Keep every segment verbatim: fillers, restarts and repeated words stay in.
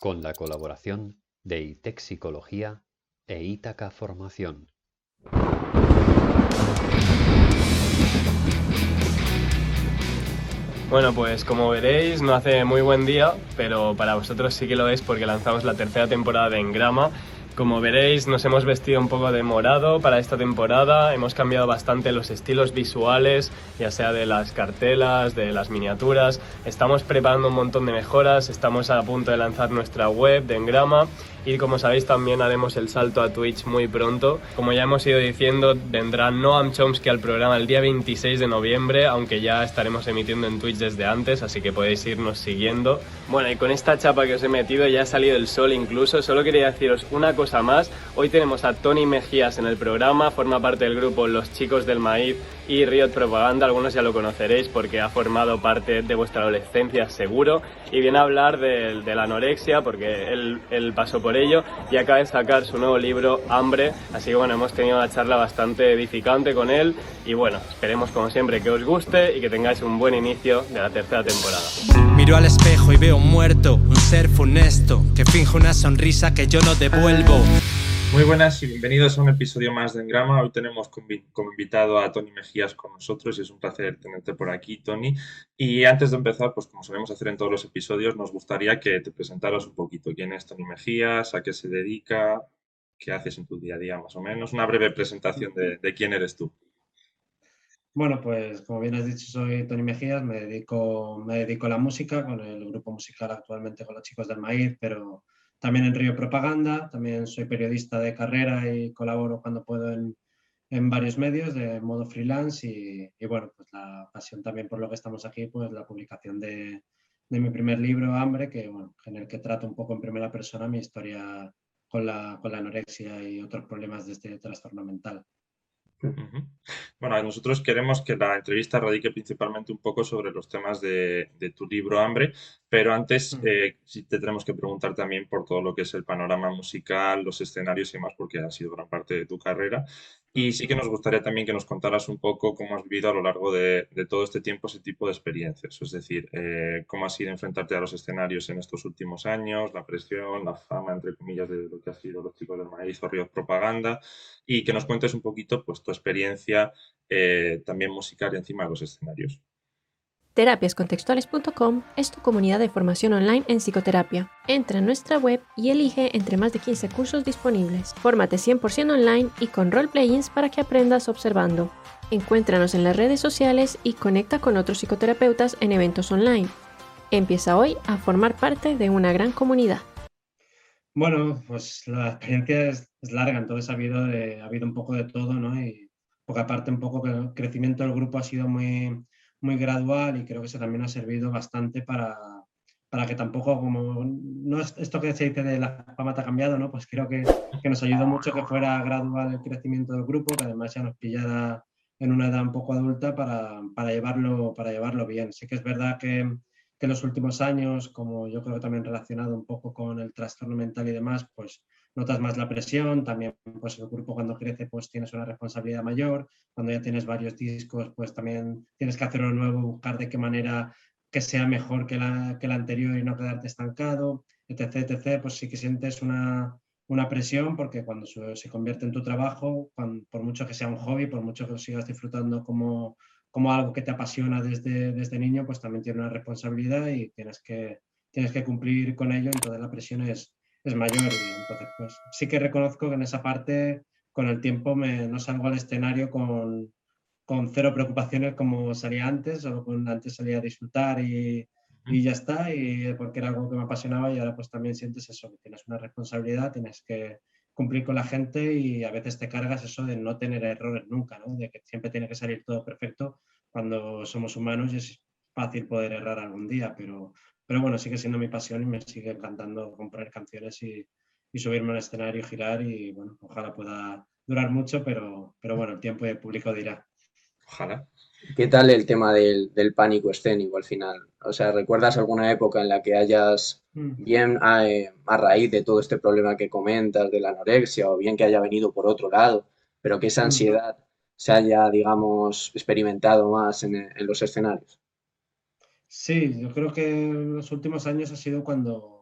con la colaboración de ITEC Psicología e Ítaca Formación. Bueno, pues como veréis, no hace muy buen día, pero para vosotros sí que lo es porque lanzamos la tercera temporada de Engrama. Como veréis, nos hemos vestido un poco de morado para esta temporada, hemos cambiado bastante los estilos visuales, ya sea de las cartelas, de las miniaturas. Estamos preparando un montón de mejoras, estamos a punto de lanzar nuestra web de Engrama y, como sabéis, también haremos el salto a Twitch muy pronto. Como ya hemos ido diciendo, vendrá Noam Chomsky al programa el día veintiséis de noviembre, aunque ya estaremos emitiendo en Twitch desde antes, así que podéis irnos siguiendo. Bueno, y con esta chapa que os he metido ya ha salido el sol incluso. Solo quería deciros una cosa más. Hoy tenemos a Tony Mejías en el programa, forma parte del grupo Los Chicos del Maíz y Riot Propaganda. Algunos ya lo conoceréis porque ha formado parte de vuestra adolescencia seguro, y viene a hablar de, de la anorexia porque él, él pasó por ello y acaba de sacar su nuevo libro Hambre, así que bueno, hemos tenido una charla bastante edificante con él y bueno, esperemos como siempre que os guste y que tengáis un buen inicio de la tercera temporada. Miro al espejo y veo un muerto, un ser funesto que finge una sonrisa que yo no devuelvo. Muy buenas y bienvenidos a un episodio más de Engrama. Hoy tenemos como invitado a Tony Mejías con nosotros y es un placer tenerte por aquí, Tony. Y antes de empezar, pues como solemos hacer en todos los episodios, nos gustaría que te presentaras un poquito. ¿Quién es Tony Mejías? ¿A qué se dedica? ¿Qué haces en tu día a día, más o menos? Una breve presentación de, de quién eres tú. Bueno, pues como bien has dicho, soy Tony Mejías, me dedico, me dedico a la música con el grupo musical actualmente con Los Chicos del Maíz, pero también en Riot Propaganda, también soy periodista de carrera y colaboro cuando puedo en, en varios medios de modo freelance y, y bueno, pues la pasión también por lo que estamos aquí, pues la publicación de, de mi primer libro, Hambre, que bueno, en el que trato un poco en primera persona mi historia con la, con la anorexia y otros problemas de este trastorno mental. Uh-huh. Bueno, nosotros queremos que la entrevista radique principalmente un poco sobre los temas de, de tu libro Hambre, pero antes eh, sí te tenemos que preguntar también por todo lo que es el panorama musical, los escenarios y demás, porque ha sido gran parte de tu carrera. Y sí que nos gustaría también que nos contaras un poco cómo has vivido a lo largo de, de todo este tiempo ese tipo de experiencias, es decir, eh, cómo ha sido enfrentarte a los escenarios en estos últimos años, la presión, la fama, entre comillas, de lo que ha sido Los Chicos del Maíz o Riot Propaganda, y que nos cuentes un poquito pues tu experiencia eh, también musical y encima de los escenarios. terapias contextuales punto com es tu comunidad de formación online en psicoterapia. Entra en nuestra web y elige entre más de quince cursos disponibles. Fórmate cien por ciento online y con role-playings para que aprendas observando. Encuéntranos en las redes sociales y conecta con otros psicoterapeutas en eventos online. Empieza hoy a formar parte de una gran comunidad. Bueno, pues la experiencia es, es larga, entonces ha habido, de, ha habido un poco de todo, ¿no? Y porque aparte un poco que el crecimiento del grupo ha sido muy, muy gradual y creo que eso también ha servido bastante para, para que tampoco, como no es esto que se dice de la fama te ha cambiado, ¿no? Pues creo que, que nos ayudó mucho que fuera gradual el crecimiento del grupo, que además ya nos pillara en una edad un poco adulta para, para, llevarlo, para llevarlo bien. Sí que es verdad que que en los últimos años, como yo creo que también relacionado un poco con el trastorno mental y demás, pues notas más la presión, también pues el grupo cuando crece pues tienes una responsabilidad mayor, cuando ya tienes varios discos pues también tienes que hacer lo nuevo, buscar de qué manera que sea mejor que la, que la anterior y no quedarte estancado, etc, etcétera, pues sí que sientes una, una presión porque cuando se, se convierte en tu trabajo, cuando, por mucho que sea un hobby, por mucho que lo sigas disfrutando como como algo que te apasiona desde, desde niño, pues también tiene una responsabilidad y tienes que, tienes que cumplir con ello, entonces la presión es, es mayor. Y entonces, pues sí que reconozco que en esa parte, con el tiempo, me, no salgo al escenario con, con cero preocupaciones como salía antes, solo con antes salía a disfrutar y, y ya está, y porque era algo que me apasionaba y ahora pues también sientes eso, que tienes una responsabilidad, tienes que cumplir con la gente y a veces te cargas eso de no tener errores nunca, ¿no? De que siempre tiene que salir todo perfecto cuando somos humanos y es fácil poder errar algún día, pero, pero bueno, sigue siendo mi pasión y me sigue encantando componer canciones y, y subirme al escenario y girar y bueno, ojalá pueda durar mucho, pero, pero bueno, el tiempo y el público dirá. Ojalá. ¿Qué tal el tema del, del pánico escénico al final? O sea, ¿recuerdas alguna época en la que hayas, bien a, eh, a raíz de todo este problema que comentas de la anorexia, o bien que haya venido por otro lado, pero que esa ansiedad se haya, digamos, experimentado más en, en los escenarios? Sí, yo creo que en los últimos años ha sido cuando,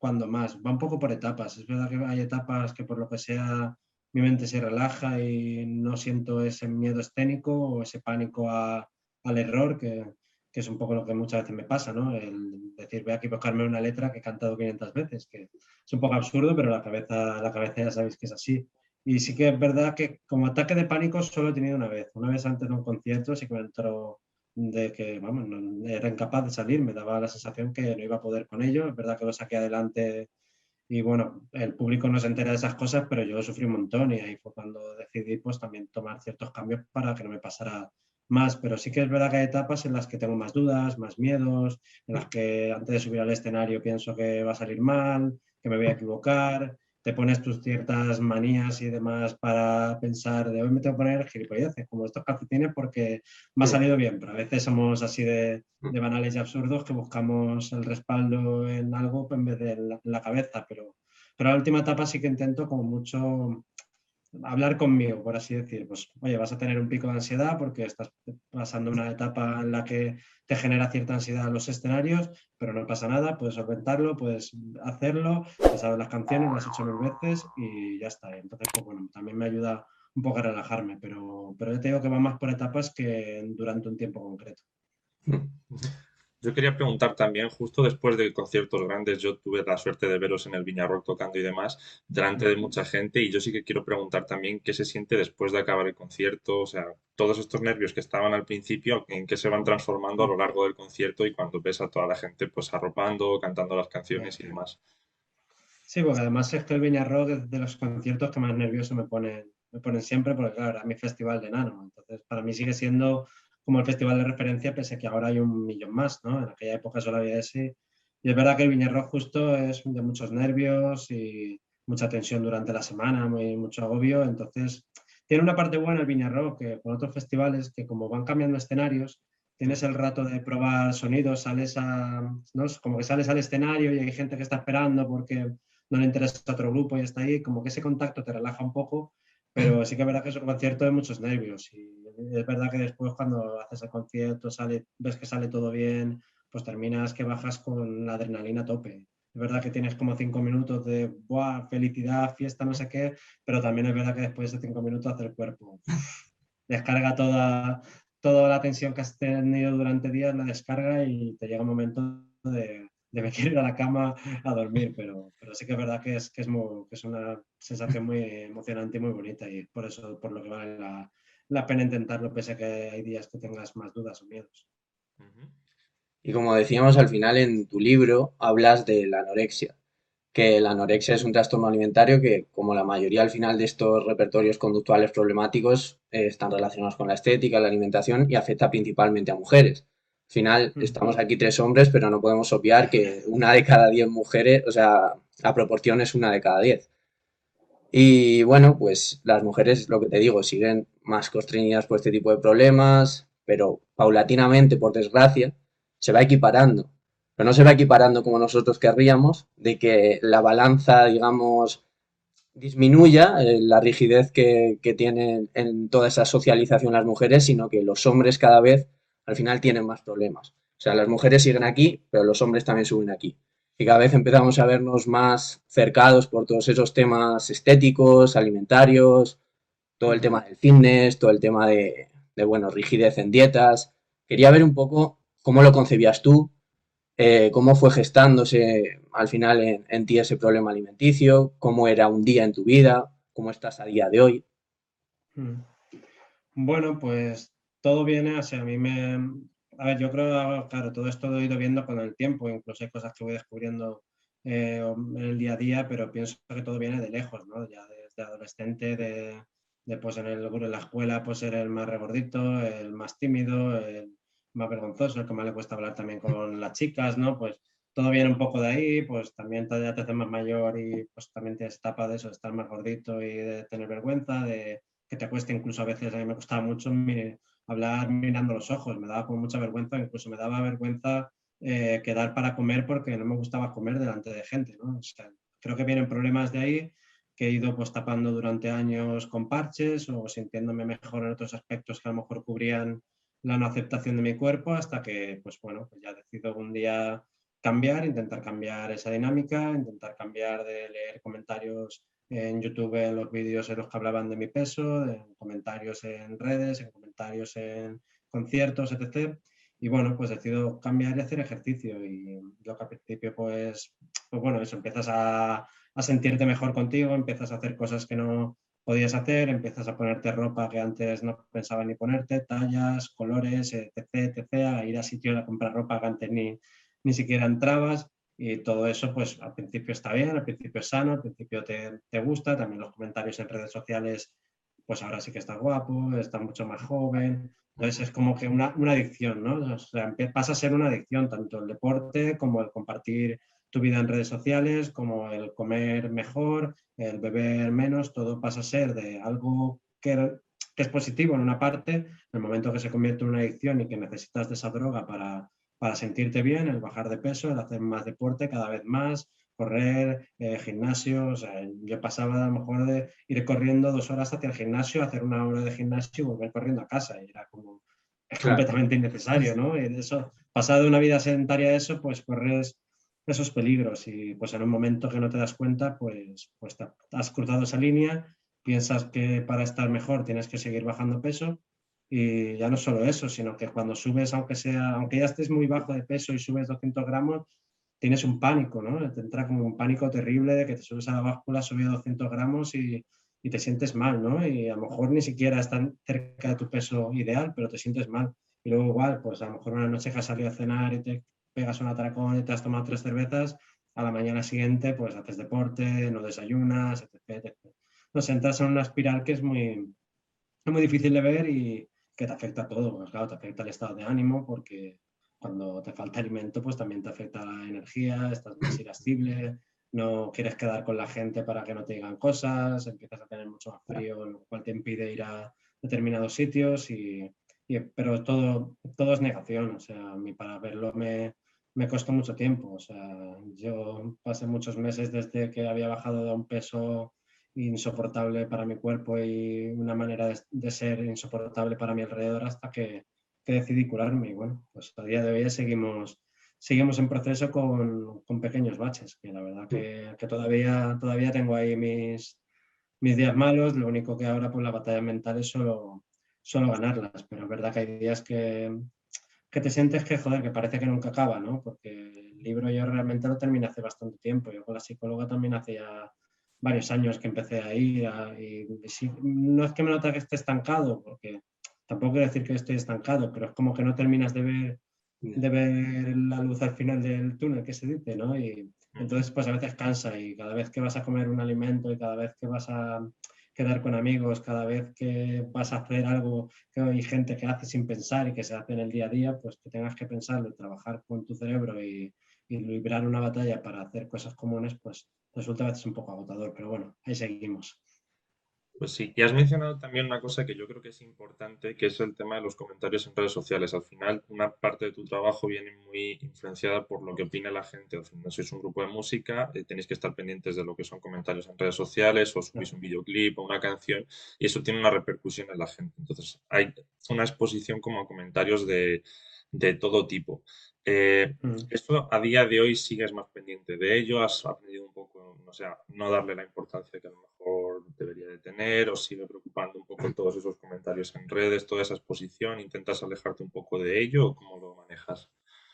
cuando más. Va un poco por etapas. Es verdad que hay etapas que por lo que sea mi mente se relaja y no siento ese miedo escénico o ese pánico a, al error, que, que es un poco lo que muchas veces me pasa, ¿no? El decir, voy a equivocarme una letra que he cantado quinientas veces, que es un poco absurdo, pero la cabeza, la cabeza ya sabéis que es así. Y sí que es verdad que como ataque de pánico solo he tenido una vez. Una vez antes de un concierto sí que me entró de que, vamos, no, era incapaz de salir, me daba la sensación que no iba a poder con ello. Es verdad que lo saqué adelante y bueno, el público no se entera de esas cosas, pero yo sufrí un montón y ahí fue cuando decidí pues también tomar ciertos cambios para que no me pasara más. Pero sí que es verdad que hay etapas en las que tengo más dudas, más miedos, en las que antes de subir al escenario pienso que va a salir mal, que me voy a equivocar. Te pones tus ciertas manías y demás para pensar de hoy me tengo que poner gilipolleces, como estos calcetines, porque me ha salido bien, pero a veces somos así de, de banales y absurdos que buscamos el respaldo en algo en vez de en la, en la cabeza, pero, pero la última etapa sí que intento como mucho hablar conmigo, por así decir, pues oye, vas a tener un pico de ansiedad porque estás pasando una etapa en la que te genera cierta ansiedad los escenarios, pero no pasa nada, puedes solventarlo, puedes hacerlo, te sabes las canciones, las has hecho mil veces y ya está. Entonces, pues bueno, también me ayuda un poco a relajarme, pero, pero yo te digo que va más por etapas que durante un tiempo concreto. Yo quería preguntar también, justo después de conciertos grandes, yo tuve la suerte de veros en el Viña Rock tocando y demás, delante de mucha gente, y yo sí que quiero preguntar también qué se siente después de acabar el concierto, o sea, todos estos nervios que estaban al principio, en qué se van transformando a lo largo del concierto y cuando ves a toda la gente pues arropando, cantando las canciones y demás. Sí, porque además es que el Viña Rock es de los conciertos que más nervioso me ponen, me ponen siempre, porque claro, era mi festival de enano, entonces para mí sigue siendo como el festival de referencia, pese a que ahora hay un millón más, ¿no? En aquella época solo había ese. Y es verdad que el Viña Rock justo es de muchos nervios y mucha tensión durante la semana, muy, mucho agobio. Entonces, tiene una parte buena el Viña Rock, que con otros festivales, que como van cambiando escenarios, tienes el rato de probar sonidos, sales a, ¿no? Como que sales al escenario y hay gente que está esperando porque no le interesa a otro grupo y está ahí, como que ese contacto te relaja un poco, pero sí que es verdad que es un concierto de muchos nervios y es verdad que después cuando haces el concierto, sale, ves que sale todo bien, pues terminas que bajas con la adrenalina a tope. Es verdad que tienes como cinco minutos de ¡buah! Felicidad, fiesta, no sé qué, pero también es verdad que después de cinco minutos hace el cuerpo. Uf, descarga toda, toda la tensión que has tenido durante días, la descarga y te llega un momento de, de me quiero ir a la cama a dormir, pero, pero sí que es verdad que es, que, es muy, que es una sensación muy emocionante y muy bonita y por eso, por lo que vale la, la pena intentarlo, pese a que hay días que tengas más dudas o miedos. Y como decíamos al final en tu libro, hablas de la anorexia, que la anorexia es un trastorno alimentario que, como la mayoría al final de estos repertorios conductuales problemáticos, eh, están relacionados con la estética, la alimentación y afecta principalmente a mujeres. Al final, estamos aquí tres hombres, pero no podemos obviar que una de cada diez mujeres, o sea, la proporción es una de cada diez. Y bueno, pues las mujeres, lo que te digo, siguen más constreñidas por este tipo de problemas, pero paulatinamente, por desgracia, se va equiparando. Pero no se va equiparando como nosotros querríamos, de que la balanza, digamos, disminuya eh, la rigidez que, que tienen en toda esa socialización las mujeres, sino que los hombres cada vez al final tienen más problemas. O sea, las mujeres siguen aquí, pero los hombres también suben aquí. Y cada vez empezamos a vernos más cercados por todos esos temas estéticos, alimentarios, todo el tema del fitness, todo el tema de, de bueno, rigidez en dietas. Quería ver un poco cómo lo concebías tú, eh, cómo fue gestándose al final en, en ti ese problema alimenticio, cómo era un día en tu vida, cómo estás a día de hoy. Bueno, pues todo viene, o sea, a mí me... A ver, yo creo, claro, todo esto lo he ido viendo con el tiempo, incluso hay cosas que voy descubriendo eh, en el día a día, pero pienso que todo viene de lejos, ¿no? Ya desde adolescente, de, de pues en, el, en la escuela, pues ser el más regordito, el más tímido, el más vergonzoso, el que más le cuesta hablar también con las chicas, ¿no? Pues todo viene un poco de ahí, pues también ya te haces más mayor y pues también tienes etapa de eso, de estar más gordito y de tener vergüenza, de que te cueste, incluso a veces a mí me costaba mucho mi, hablar mirando los ojos, me daba como mucha vergüenza, incluso me daba vergüenza eh, quedar para comer porque no me gustaba comer delante de gente, ¿no? O sea, creo que vienen problemas de ahí que he ido pues tapando durante años con parches o sintiéndome mejor en otros aspectos que a lo mejor cubrían la no aceptación de mi cuerpo hasta que, pues bueno, pues ya decido un día cambiar, intentar cambiar esa dinámica, intentar cambiar de leer comentarios en YouTube, en los vídeos en los que hablaban de mi peso, en comentarios en redes, en comentarios en conciertos, etcétera. Y bueno, pues decido cambiar y hacer ejercicio. Y lo que al principio, pues, pues bueno, eso, empiezas a, a sentirte mejor contigo, empiezas a hacer cosas que no podías hacer, empiezas a ponerte ropa que antes no pensabas ni ponerte, tallas, colores, etcétera, etcétera, a ir a sitios a comprar ropa que antes ni, ni siquiera entrabas. Y todo eso, pues al principio está bien, al principio es sano, al principio te, te gusta. También los comentarios en redes sociales, pues ahora sí que estás guapo, estás mucho más joven. Entonces es como que una, una adicción, ¿no? O sea, pasa a ser una adicción, tanto el deporte como el compartir tu vida en redes sociales, como el comer mejor, el beber menos, todo pasa a ser de algo que, que es positivo en una parte, en el momento que se convierte en una adicción y que necesitas de esa droga para, para sentirte bien, el bajar de peso, el hacer más deporte cada vez más, correr, eh, gimnasio. O sea, yo pasaba a lo mejor de ir corriendo dos horas hacia el gimnasio, hacer una hora de gimnasio y volver corriendo a casa. Y era como, es Claro. completamente innecesario, ¿no? Y eso, pasar de una vida sedentaria a eso, pues corres esos peligros y pues en un momento que no te das cuenta, pues, pues te has cruzado esa línea, piensas que para estar mejor tienes que seguir bajando peso. Y ya no solo eso, sino que cuando subes, aunque sea, aunque ya estés muy bajo de peso y subes doscientos gramos, tienes un pánico, ¿no? Te entra como un pánico terrible de que te subes a la báscula, subes doscientos gramos y, y te sientes mal, ¿no? Y a lo mejor ni siquiera estás cerca de tu peso ideal, pero te sientes mal. Y luego igual, pues a lo mejor una noche que has salido a cenar y te pegas un atracón y te has tomado tres cervezas, a la mañana siguiente pues haces deporte, no desayunas, etcétera, etcétera. No sé, entras en una espiral que es muy, es muy difícil de ver y que te afecta a todo. Pues claro, te afecta el estado de ánimo porque cuando te falta alimento, pues también te afecta la energía, estás más irascible, no quieres quedar con la gente para que no te digan cosas, empiezas a tener mucho más frío, lo cual te impide ir a determinados sitios, y, y, pero todo, todo es negación. O sea, a mí para verlo me, me costó mucho tiempo. O sea, yo pasé muchos meses desde que había bajado de un peso insoportable para mi cuerpo y una manera de, de ser insoportable para mi alrededor hasta que, que decidí curarme. Y bueno, pues a día de hoy seguimos, seguimos en proceso con, con pequeños baches, que la verdad que, que todavía, todavía tengo ahí mis, mis días malos. Lo único que ahora pues la batalla mental es solo, solo ganarlas, pero es verdad que hay días que, que te sientes que, joder, que parece que nunca acaba, ¿no? Porque el libro yo realmente lo terminé hace bastante tiempo. Yo con la psicóloga también hacía varios años que empecé a ir a, y, y sí, no es que me nota que esté estancado, porque tampoco quiero decir que estoy estancado, pero es como que no terminas de ver, de ver la luz al final del túnel, que se dice, ¿no? Y entonces pues a veces cansa, y cada vez que vas a comer un alimento y cada vez que vas a quedar con amigos, cada vez que vas a hacer algo que hay gente que hace sin pensar y que se hace en el día a día, pues que tengas que pensarlo y trabajar con tu cerebro y, y librar una batalla para hacer cosas comunes, pues resulta a veces un poco agotador, pero bueno, ahí seguimos. Pues sí, y has mencionado también una cosa que yo creo que es importante, que es el tema de los comentarios en redes sociales. Al final, una parte de tu trabajo viene muy influenciada por lo que opina la gente. Al final, sois un grupo de música, eh, tenéis que estar pendientes de lo que son comentarios en redes sociales, o subís un videoclip o una canción, y eso tiene una repercusión en la gente. Entonces, hay una exposición como a comentarios de, de todo tipo. Eh, Mm. ¿Esto a día de hoy sigues más pendiente de ello? ¿Has aprendido un poco, no sé, no darle la importancia que a lo mejor debería de tener, o sigue preocupando un poco todos esos comentarios en redes, toda esa exposición? ¿Intentas alejarte un poco de ello o cómo lo manejas?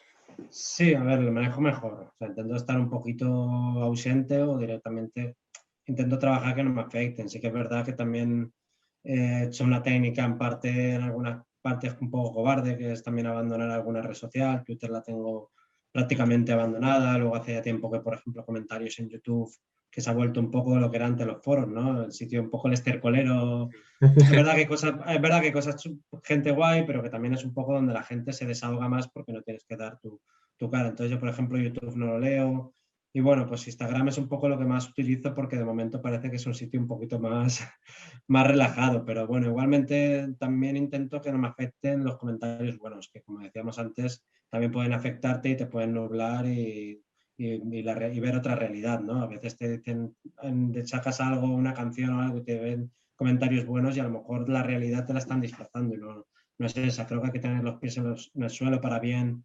Sí, a ver, lo manejo mejor. O sea, intento estar un poquito ausente o directamente intento trabajar que no me afecten. Sí que es verdad que también he hecho una técnica en parte, en algunas partes un poco cobarde, que es también abandonar alguna red social. Twitter la tengo prácticamente abandonada. Luego hace ya tiempo que, por ejemplo, comentarios en YouTube, que se ha vuelto un poco lo que era antes los foros, ¿no? El sitio un poco el estercolero. Es verdad que hay cosas, es verdad que hay cosas, gente guay, pero que también es un poco donde la gente se desahoga más porque no tienes que dar tu, tu cara. Entonces yo, por ejemplo, YouTube no lo leo. Y bueno, pues Instagram es un poco lo que más utilizo porque de momento parece que es un sitio un poquito más, más relajado. Pero bueno, igualmente también intento que no me afecten los comentarios buenos, que como decíamos antes, también pueden afectarte y te pueden nublar y, y, y, la, y ver otra realidad, ¿no? A veces te dicen, te sacas algo, una canción o algo y te ven comentarios buenos y a lo mejor la realidad te la están disfrazando y no, no es esa. Creo que hay que tener los pies en, los, en el suelo para bien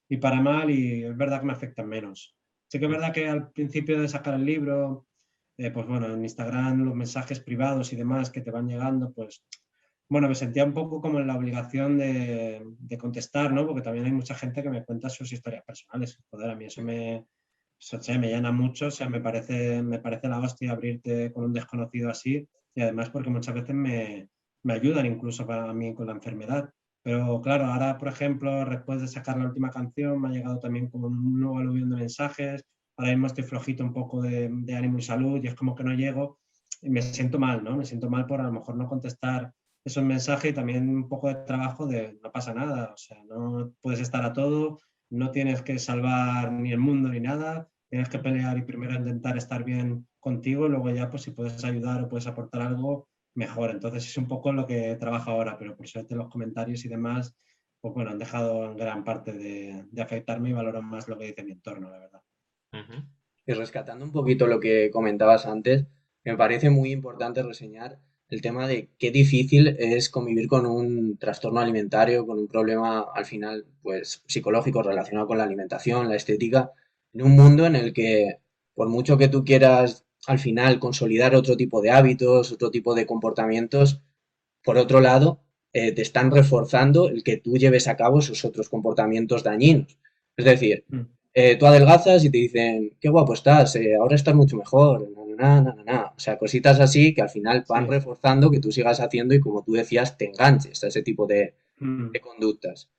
y para mal, y es verdad que me afectan menos. Sí que es verdad que al principio de sacar el libro, eh, pues bueno, en Instagram los mensajes privados y demás que te van llegando, pues bueno, me sentía un poco como en la obligación de, de contestar, ¿no? Porque también hay mucha gente que me cuenta sus historias personales. Joder, a mí eso me, eso, che, me llena mucho, o sea, me parece, me parece la hostia abrirte con un desconocido así, y además porque muchas veces me, me ayudan incluso para mí con la enfermedad. Pero claro, ahora, por ejemplo, después de sacar la última canción, me ha llegado también como un nuevo aluvión de mensajes. Ahora mismo estoy flojito un poco de, de ánimo y salud, y es como que no llego y me siento mal, ¿no? Me siento mal por a lo mejor no contestar esos mensajes, y también un poco de trabajo de no pasa nada, o sea, no puedes estar a todo, no tienes que salvar ni el mundo ni nada, tienes que pelear y primero intentar estar bien contigo, y luego ya pues si puedes ayudar o puedes aportar algo, mejor. Entonces es un poco lo que trabajo ahora, pero por suerte los comentarios y demás, pues bueno, han dejado en gran parte de, de afectarme, y valoro más lo que dice mi entorno, la verdad. Ujú. Y rescatando un poquito lo que comentabas antes, me parece muy importante reseñar el tema de qué difícil es convivir con un trastorno alimentario, con un problema al final pues psicológico relacionado con la alimentación, la estética, en un mundo en el que por mucho que tú quieras al final consolidar otro tipo de hábitos, otro tipo de comportamientos, por otro lado, eh, te están reforzando el que tú lleves a cabo esos otros comportamientos dañinos. Es decir, Mm. eh, tú adelgazas y te dicen, qué guapo estás, eh, ahora estás mucho mejor, na, na, na, na, na. O sea, cositas así que al final van Sí. reforzando que tú sigas haciendo y, como tú decías, te enganches a ese tipo de, Mm. de conductas.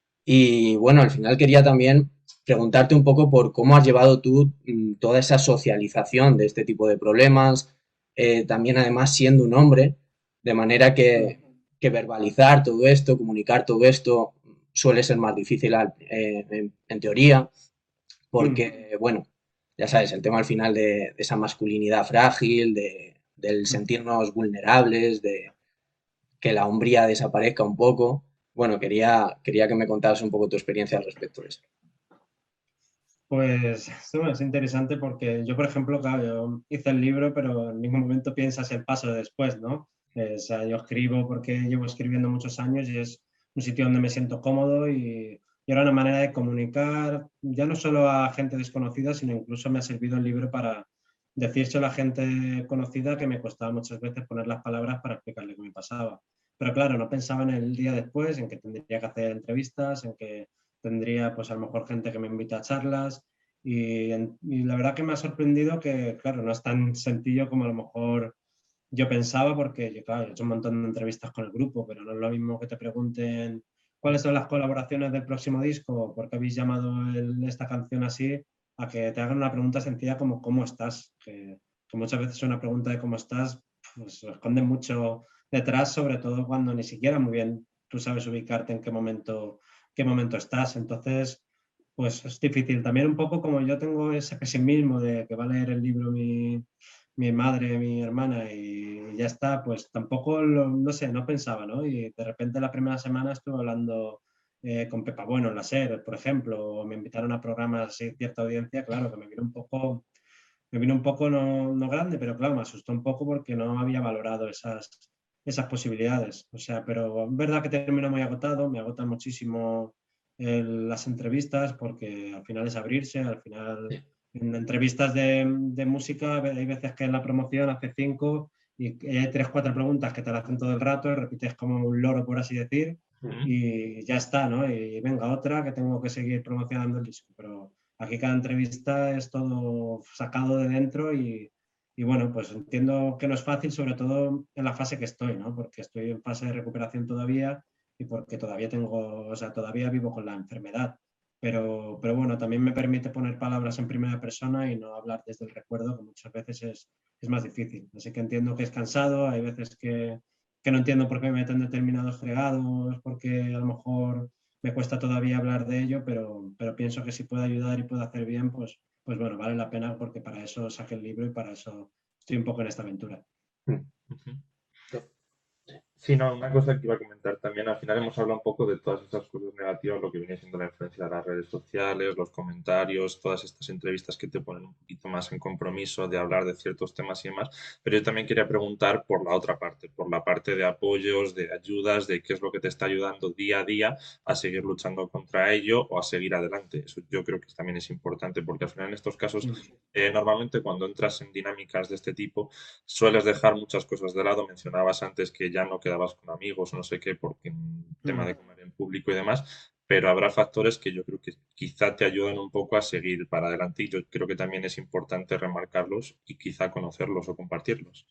Y bueno, al final quería también preguntarte un poco por cómo has llevado tú mm, toda esa socialización de este tipo de problemas, eh, también además siendo un hombre, de manera Mm. que, que verbalizar todo esto, comunicar todo esto suele ser más difícil al- eh, en, en teoría, Mm. porque bueno, ya sabes, el tema al final de, de esa masculinidad frágil, de, del Mm. sentirnos vulnerables, de que la hombría desaparezca un poco. Bueno, quería, quería que me contaras un poco tu experiencia al respecto de eso. Pues esto es interesante porque yo, por ejemplo, claro, yo hice el libro, pero en ningún momento piensas el paso de después, ¿no? Eh, o sea, yo escribo porque llevo escribiendo muchos años y es un sitio donde me siento cómodo, y, y era una manera de comunicar ya no solo a gente desconocida, sino incluso me ha servido el libro para decírselo a gente conocida, que me costaba muchas veces poner las palabras para explicarle qué me pasaba. Pero claro, no pensaba en el día después, en que tendría que hacer entrevistas, en que tendría pues a lo mejor gente que me invita a charlas, y, y, la verdad que me ha sorprendido que, claro, no es tan sencillo como a lo mejor yo pensaba, porque yo, claro, he hecho un montón de entrevistas con el grupo, pero no es lo mismo que te pregunten cuáles son las colaboraciones del próximo disco, por qué habéis llamado el, esta canción así, a que te hagan una pregunta sencilla como ¿cómo estás? Que, que muchas veces una pregunta de ¿cómo estás? Pues esconde mucho detrás, sobre todo cuando ni siquiera muy bien tú sabes ubicarte en qué momento, qué momento estás. Entonces, pues es difícil. También un poco como yo tengo ese pesimismo de que va a leer el libro mi, mi madre, mi hermana, y ya está, pues tampoco, lo, no sé, no pensaba, ¿no? Y de repente la primera semana estuve hablando eh, con Pepa Bueno en la SER, por ejemplo, o me invitaron a programas así, cierta audiencia, claro, que me vino un poco, me vino un poco no, no grande, pero claro, me asustó un poco porque no había valorado esas, esas posibilidades. O sea, pero es verdad que termino muy agotado, me agotan muchísimo el, las entrevistas, porque al final es abrirse, al final en entrevistas de, de, música hay veces que en la promoción hace cinco y hay tres, cuatro preguntas que te la hacen todo el rato, y repites como un loro, por así decir, y ya está, ¿no? Y venga otra que tengo que seguir promocionando el disco, pero aquí cada entrevista es todo sacado de dentro, y, y bueno, pues entiendo que no es fácil, sobre todo en la fase que estoy, ¿no? Porque estoy en fase de recuperación todavía, y porque todavía tengo, o sea, todavía vivo con la enfermedad. Pero, pero bueno, también me permite poner palabras en primera persona y no hablar desde el recuerdo, que muchas veces es, es más difícil. Así que entiendo que es cansado, hay veces que, que no entiendo por qué me meten determinados fregados, porque a lo mejor me cuesta todavía hablar de ello, pero, pero pienso que si puedo ayudar y puedo hacer bien, pues, pues bueno, vale la pena, porque para eso saqué el libro y para eso estoy un poco en esta aventura. Mm. Sí, no, una cosa que iba a comentar también, al final hemos hablado un poco de todas estas cosas negativas, lo que viene siendo la influencia de las redes sociales, los comentarios, todas estas entrevistas que te ponen un poquito más en compromiso de hablar de ciertos temas y demás, pero yo también quería preguntar por la otra parte, por la parte de apoyos, de ayudas, de qué es lo que te está ayudando día a día a seguir luchando contra ello o a seguir adelante. Eso yo creo que también es importante, porque al final en estos casos, eh, normalmente cuando entras en dinámicas de este tipo, sueles dejar muchas cosas de lado. Mencionabas antes que ya no quedabas con amigos, no sé qué, porque en tema de comer en público y demás, pero habrá factores que yo creo que quizá te ayudan un poco a seguir para adelante y yo creo que también es importante remarcarlos y quizá conocerlos o compartirlos.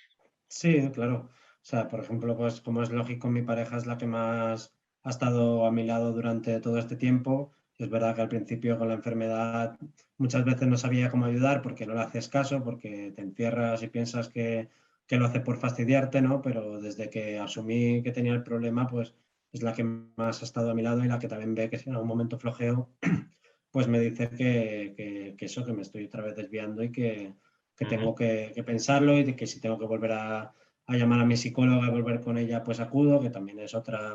Sí, claro. O sea, por ejemplo, pues como es lógico, mi pareja es la que más ha estado a mi lado durante todo este tiempo. Y es verdad que al principio con la enfermedad muchas veces no sabía cómo ayudar porque no le haces caso, porque te encierras y piensas que, que lo hace por fastidiarte, ¿no? Pero desde que asumí que tenía el problema, pues es la que más ha estado a mi lado y la que también ve que si en algún momento flojeo, pues me dice que, que, que eso, que me estoy otra vez desviando y que, que Ujú, tengo que, que pensarlo y de que si tengo que volver a, a llamar a mi psicóloga y volver con ella, pues acudo, que también es otra,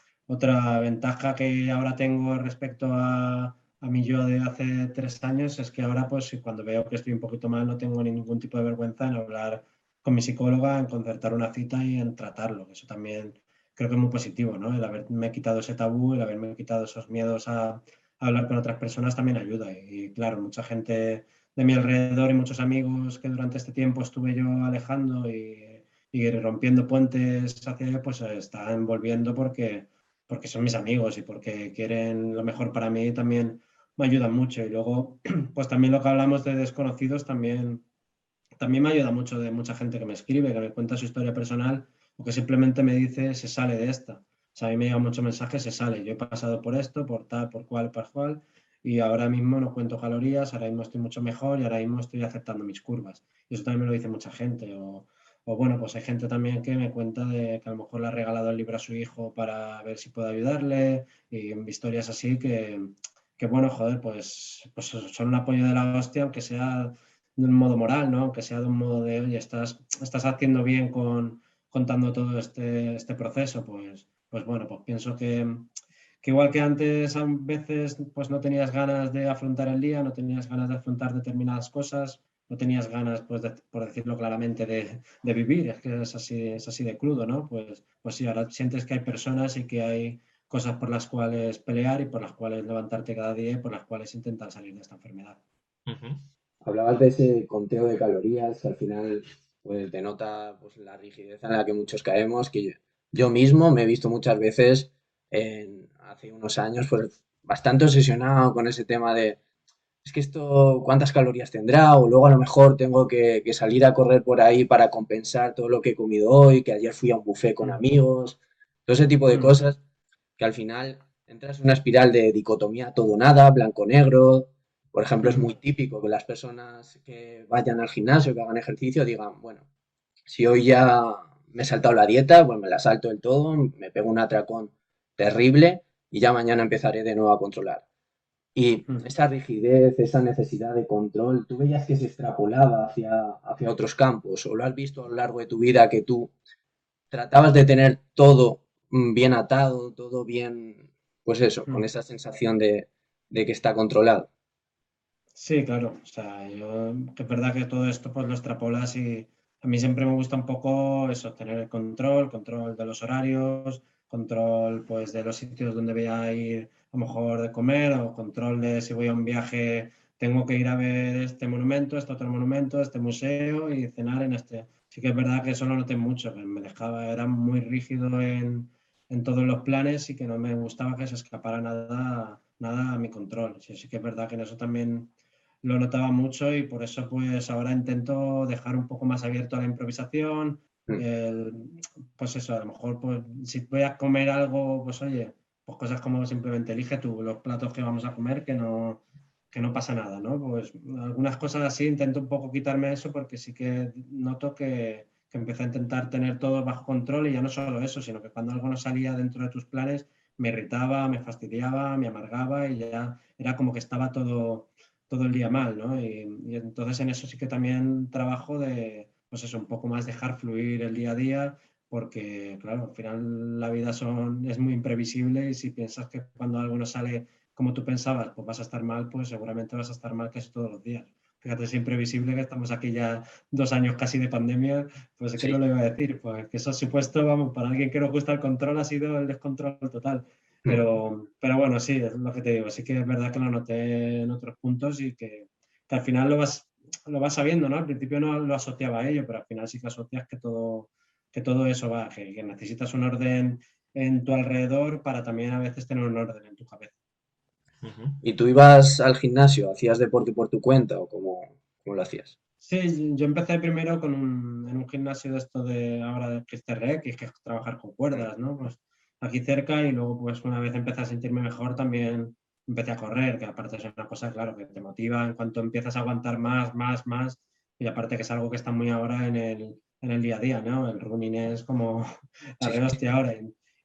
otra ventaja que ahora tengo respecto a, a mi yo de hace tres años, es que ahora pues cuando veo que estoy un poquito mal no tengo ningún tipo de vergüenza en hablar con mi psicóloga, en concertar una cita y en tratarlo, que eso también creo que es muy positivo, ¿no? El haberme quitado ese tabú, el haberme quitado esos miedos a, hablar con otras personas también ayuda. Y claro, mucha gente de mi alrededor y muchos amigos que durante este tiempo estuve yo alejando y, y rompiendo puentes hacia ellos, pues se están volviendo porque, porque son mis amigos y porque quieren lo mejor para mí también me ayudan mucho. Y luego, pues también lo que hablamos de desconocidos también, también me ayuda mucho de mucha gente que me escribe, que me cuenta su historia personal o que simplemente me dice se sale de esta. O sea, a mí me llegan muchos mensajes, se sale. Yo he pasado por esto, por tal, por cual, por cual, y ahora mismo no cuento calorías, ahora mismo estoy mucho mejor y ahora mismo estoy aceptando mis curvas. Y eso también me lo dice mucha gente. O, o bueno, pues hay gente también que me cuenta de que a lo mejor le ha regalado el libro a su hijo para ver si puede ayudarle, y historias así que, que bueno, joder, pues, pues son un apoyo de la hostia, aunque sea de un modo moral, ¿no? Aunque sea de un modo de, oye, estás, estás haciendo bien con contando todo este, este proceso, pues, pues bueno, pues pienso que, que igual que antes a veces pues no tenías ganas de afrontar el día, no tenías ganas de afrontar determinadas cosas, no tenías ganas, pues, de, por decirlo claramente, de, de, vivir, es que es así, es así de crudo, ¿no? Pues, pues sí, ahora sientes que hay personas y que hay cosas por las cuales pelear y por las cuales levantarte cada día y por las cuales intentar salir de esta enfermedad. ujú. Hablabas de ese conteo de calorías, al final pues denota pues, la rigidez en la que muchos caemos, que yo, yo mismo me he visto muchas veces en, hace unos años pues bastante obsesionado con ese tema de es que esto cuántas calorías tendrá o luego a lo mejor tengo que, que salir a correr por ahí para compensar todo lo que he comido hoy, que ayer fui a un buffet con Mm, amigos, todo ese tipo de mm, cosas que al final entras en una espiral de dicotomía todo nada, blanco-negro. Por ejemplo, es muy mm, típico que las personas que vayan al gimnasio, que hagan ejercicio, digan, bueno, si hoy ya me he saltado la dieta, pues me la salto del todo, me pego un atracón terrible y ya mañana empezaré de nuevo a controlar. Y mm. esa rigidez, esa necesidad de control, ¿tú veías que se extrapolaba hacia, hacia otros campos? ¿O lo has visto a lo largo de tu vida que tú tratabas de tener todo mm, bien atado, todo bien, pues eso, con Mm. esa sensación de, de que está controlado? Sí, claro. O sea, yo, que es verdad que todo esto pues lo extrapolas y a mí siempre me gusta un poco eso, tener el control, control de los horarios, control pues de los sitios donde voy a ir a lo mejor de comer o control de si voy a un viaje tengo que ir a ver este monumento, este otro monumento, este museo y cenar en este. Sí que es verdad que eso lo noté mucho, que me dejaba, era muy rígido en, en todos los planes y que no me gustaba que se escapara nada, nada a mi control. Sí, sí que es verdad que en eso también lo notaba mucho y por eso pues ahora intento dejar un poco más abierto a la improvisación. Mm. El, pues eso, a lo mejor pues si voy a comer algo, pues oye, pues cosas como simplemente elige tú los platos que vamos a comer, que no, que no pasa nada, ¿no? Pues algunas cosas así intento un poco quitarme eso porque sí que noto que, que empecé a intentar tener todo bajo control y ya no solo eso, sino que cuando algo no salía dentro de tus planes me irritaba, me fastidiaba, me amargaba y ya era como que estaba todo todo el día mal, ¿no? Y, y entonces en eso sí que también trabajo de, pues eso, un poco más dejar fluir el día a día, porque, claro, al final la vida son, es muy imprevisible y si piensas que cuando algo no sale como tú pensabas, pues vas a estar mal, pues seguramente vas a estar mal casi todos los días. Fíjate, es imprevisible que estamos aquí ya dos años casi de pandemia, pues es que Sí. no lo iba a decir, pues que eso ha supuesto, vamos, para alguien que no gusta el control ha sido el descontrol total. Pero, pero bueno, sí, es lo que te digo, sí que es verdad que lo noté en otros puntos y que, que al final lo vas, lo vas sabiendo, ¿no? Al principio no lo asociaba a ello, pero al final sí que asocias que todo, que todo eso va, que, que necesitas un orden en tu alrededor para también a veces tener un orden en tu cabeza. Ujú. ¿Y tú ibas al gimnasio, hacías deporte por tu cuenta o cómo, cómo lo hacías? Sí, yo empecé primero con un, en un gimnasio de esto de ahora de que es T R X, que es trabajar con cuerdas, ¿no? Pues aquí cerca y luego pues una vez empecé a sentirme mejor también empecé a correr, que aparte es una cosa, claro, que te motiva en cuanto empiezas a aguantar más, más, más y aparte que es algo que está muy ahora en el, en el día a día, ¿no? El running es como la Sí. re hostia ahora.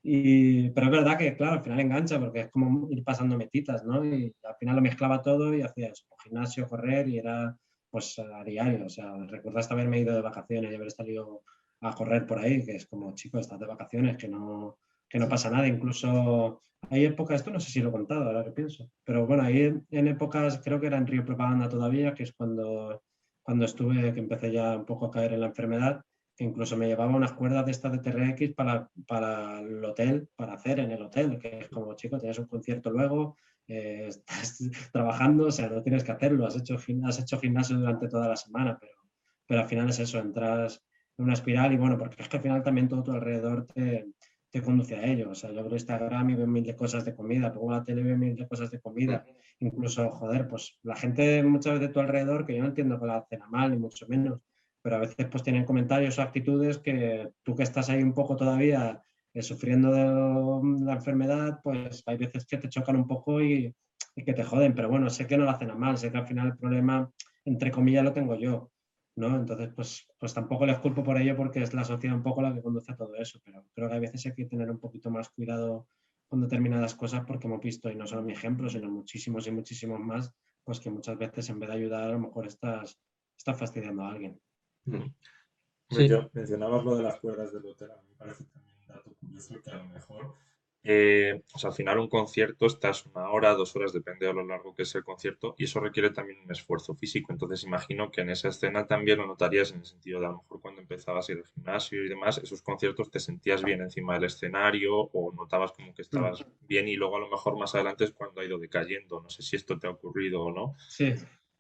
Y, pero es verdad que, claro, al final engancha porque es como ir pasando metitas, ¿no? Y al final lo mezclaba todo y hacía eso, gimnasio, correr y era pues a diario. O sea, recuerdo hasta haberme ido de vacaciones y haber salido a correr por ahí, que es como, chico, estás de vacaciones, que no, que no pasa nada. Incluso hay épocas, esto no sé si lo he contado, ahora que pienso, pero bueno, hay en, en épocas, creo que era en Río Propaganda todavía, que es cuando, cuando estuve, que empecé ya un poco a caer en la enfermedad, que incluso me llevaba unas cuerdas de estas de T R X para, para el hotel, para hacer en el hotel, que es como, chico, tienes un concierto luego, eh, estás trabajando, o sea, no tienes que hacerlo, has hecho, has hecho gimnasio durante toda la semana, pero, pero al final es eso, entras en una espiral y bueno, porque es que al final también todo tu alrededor te, te conduce a ello, o sea, yo abro Instagram y veo mil de cosas de comida, pongo la tele y veo mil de cosas de comida, incluso, joder, pues la gente muchas veces de tu alrededor, que yo no entiendo que la hacen a mal, ni mucho menos, pero a veces pues tienen comentarios o actitudes que tú que estás ahí un poco todavía eh, sufriendo de la enfermedad, pues hay veces que te chocan un poco y, y que te joden, pero bueno, sé que no lo hacen a mal, sé que al final el problema, entre comillas, lo tengo yo, ¿no? Entonces, pues, pues tampoco les culpo por ello porque es la sociedad un poco la que conduce a todo eso, pero creo que a veces hay que tener un poquito más cuidado con determinadas cosas porque hemos visto, y no solo mi ejemplo, sino muchísimos y muchísimos más, pues que muchas veces en vez de ayudar a lo mejor estás, estás fastidiando a alguien. Hombre, Sí. yo mencionabas lo de las cuerdas del hotel, a mí me parece también un dato curioso que a lo mejor, eh, o sea, al final un concierto estás una hora, dos horas, depende de lo largo que es el concierto, y eso requiere también un esfuerzo físico. Entonces imagino que en esa escena también lo notarías en el sentido de a lo mejor cuando empezabas a ir al gimnasio y demás, esos conciertos te sentías bien encima del escenario o notabas como que estabas bien y luego a lo mejor más adelante es cuando ha ido decayendo. No sé si esto te ha ocurrido o no. Sí,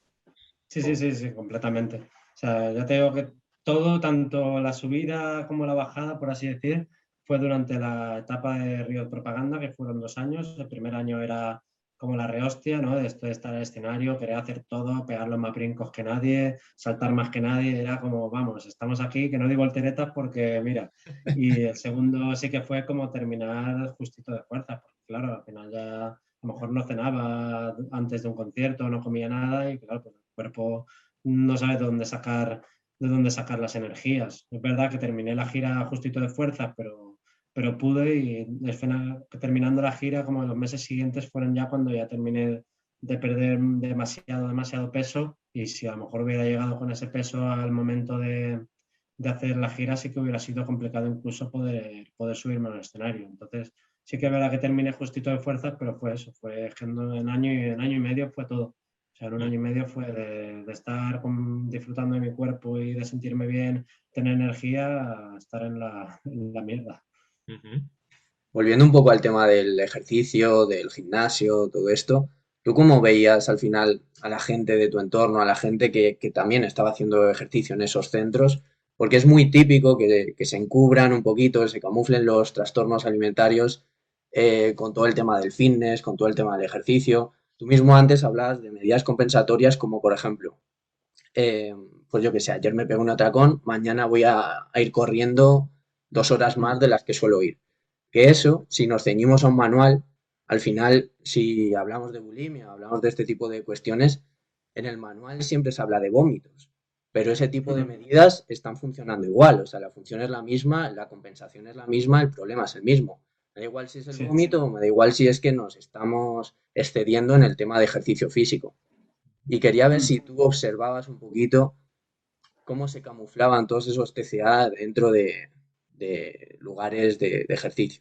sí, sí, sí, sí, completamente. O sea, ya te digo que todo, tanto la subida como la bajada, por así decir, fue durante la etapa de Río de Propaganda, que fueron dos años. El primer año era como la rehostia, ¿no? De esto de estar en el escenario, querer hacer todo, pegar los más brincos que nadie, saltar más que nadie. Era como, vamos, estamos aquí, que no digo volteretas porque, mira. Y el segundo sí que fue como terminar justito de fuerza, porque claro, al final ya a lo mejor no cenaba antes de un concierto, no comía nada y claro, pues el cuerpo no sabe de dónde sacar, de dónde sacar las energías. Es verdad que terminé la gira justito de fuerza, pero, pero pude y terminando la gira, como los meses siguientes fueron ya cuando ya terminé de perder demasiado, demasiado peso y si a lo mejor hubiera llegado con ese peso al momento de, de hacer la gira, sí que hubiera sido complicado incluso poder, poder subirme al escenario. Entonces, sí que es verdad que terminé justito de fuerzas, pero fue eso, fue en año y, en año y medio fue todo. O sea, en un año y medio fue de, de estar con, disfrutando de mi cuerpo y de sentirme bien, tener energía, a estar en la, en la mierda. Uh-huh. Volviendo un poco al tema del ejercicio, del gimnasio, todo esto, ¿tú cómo veías al final a la gente de tu entorno, a la gente que, que también estaba haciendo ejercicio en esos centros? Porque es muy típico que, que se encubran un poquito, que se camuflen los trastornos alimentarios eh, con todo el tema del fitness, con todo el tema del ejercicio. Tú mismo antes hablabas de medidas compensatorias como, por ejemplo, eh, pues yo que sé, ayer me pego un atracón, mañana voy a, a ir corriendo dos horas más de las que suelo ir. Que eso, si nos ceñimos a un manual, al final, si hablamos de bulimia, hablamos de este tipo de cuestiones, en el manual siempre se habla de vómitos, pero ese tipo de medidas están funcionando igual, o sea, la función es la misma, la compensación es la misma, el problema es el mismo. Me da igual si es el Sí. vómito, me da igual si es que nos estamos excediendo en el tema de ejercicio físico. Y quería ver si tú observabas un poquito cómo se camuflaban todos esos T C A dentro de, de lugares de, de ejercicio.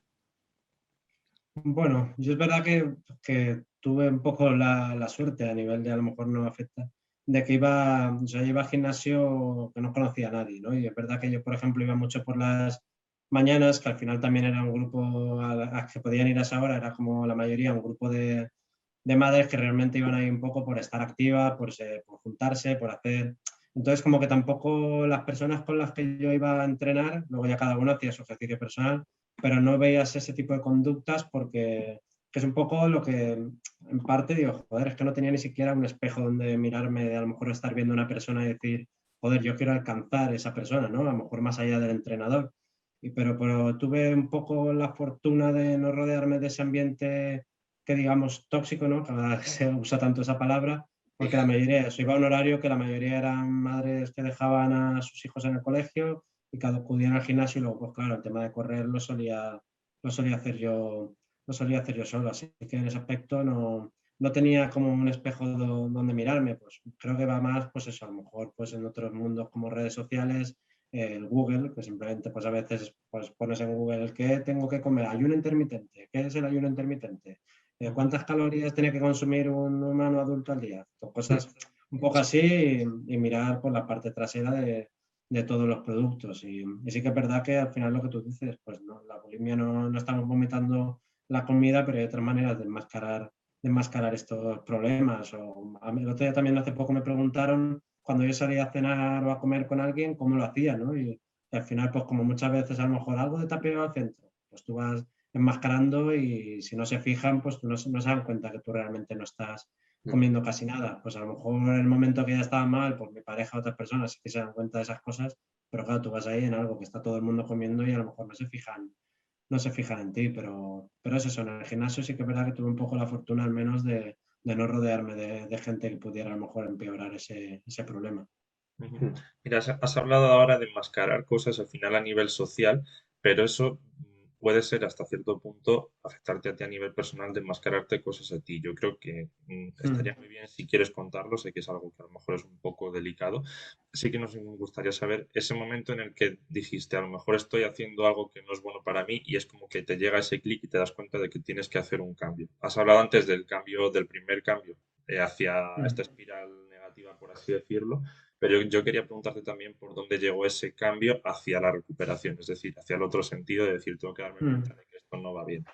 Bueno, yo es verdad que, que tuve un poco la, la suerte a nivel de a lo mejor no afecta, de que iba, o sea, iba al gimnasio que no conocía a nadie, ¿no? Y es verdad que yo, por ejemplo, iba mucho por las mañanas, que al final también era un grupo a, a que podían ir a esa hora, era como la mayoría, un grupo de, de madres que realmente iban ahí un poco por estar activa, por, se, por juntarse, por hacer... Entonces, como que tampoco las personas con las que yo iba a entrenar, luego ya cada uno hacía su ejercicio personal, pero no veías ese tipo de conductas porque que es un poco lo que en parte digo, joder, es que no tenía ni siquiera un espejo donde mirarme, de a lo mejor estar viendo a una persona y decir, joder, yo quiero alcanzar esa persona, ¿no? A lo mejor más allá del entrenador. Y, pero, pero tuve un poco la fortuna de no rodearme de ese ambiente que digamos tóxico, ¿no? Cada vez se usa tanto esa palabra, porque la mayoría, eso iba a un horario que la mayoría eran madres que dejaban a sus hijos en el colegio y cada acudían al gimnasio y luego, pues claro, el tema de correr lo solía, lo solía hacer yo, lo solía hacer yo solo, así que en ese aspecto no, no tenía como un espejo do, donde mirarme, pues creo que va más, pues eso, a lo mejor pues en otros mundos como redes sociales, eh, el Google, que simplemente pues a veces pues pones en Google ¿qué tengo que comer? Ayuno intermitente, ¿qué es el ayuno intermitente? Eh, ¿Cuántas calorías tiene que consumir un humano adulto al día? Pues cosas un poco así y, y mirar por la parte trasera de, de todos los productos. Y, y, sí que es verdad que al final lo que tú dices, pues no, la bulimia no, no estamos vomitando la comida, pero hay otras maneras de enmascarar, de enmascarar estos problemas. O, a mí, el otro día también hace poco me preguntaron cuando yo salía a cenar o a comer con alguien, cómo lo hacía, ¿no? Y, y al final, pues como muchas veces a lo mejor algo de tapeo al centro, pues tú vas enmascarando y si no se fijan, pues no, no se dan cuenta que tú realmente no estás comiendo casi nada. Pues a lo mejor en el momento que ya estaba mal, pues mi pareja, otras personas sí que se dan cuenta de esas cosas, pero claro, tú vas ahí en algo que está todo el mundo comiendo y a lo mejor no se fijan, no se fijan en ti, pero, pero es eso, en el gimnasio sí que es verdad que tuve un poco la fortuna al menos de, de no rodearme de, de gente que pudiera a lo mejor empeorar ese, ese problema. Mira, has, has hablado ahora de enmascarar cosas al final a nivel social, pero eso mm, puede ser hasta cierto punto afectarte a ti a nivel personal de enmascararte cosas a ti. Yo creo que mm, estaría muy bien si quieres contarlo, sé que es algo que a lo mejor es un poco delicado. Sí que nos gustaría saber ese momento en el que dijiste, a lo mejor estoy haciendo algo que no es bueno para mí y es como que te llega ese clic y te das cuenta de que tienes que hacer un cambio. Has hablado antes del cambio, del primer cambio eh, hacia esta espiral negativa, por así decirlo. Pero yo, yo quería preguntarte también por dónde llegó ese cambio hacia la recuperación, es decir, hacia el otro sentido de decir, tengo que darme cuenta de que esto no va bien.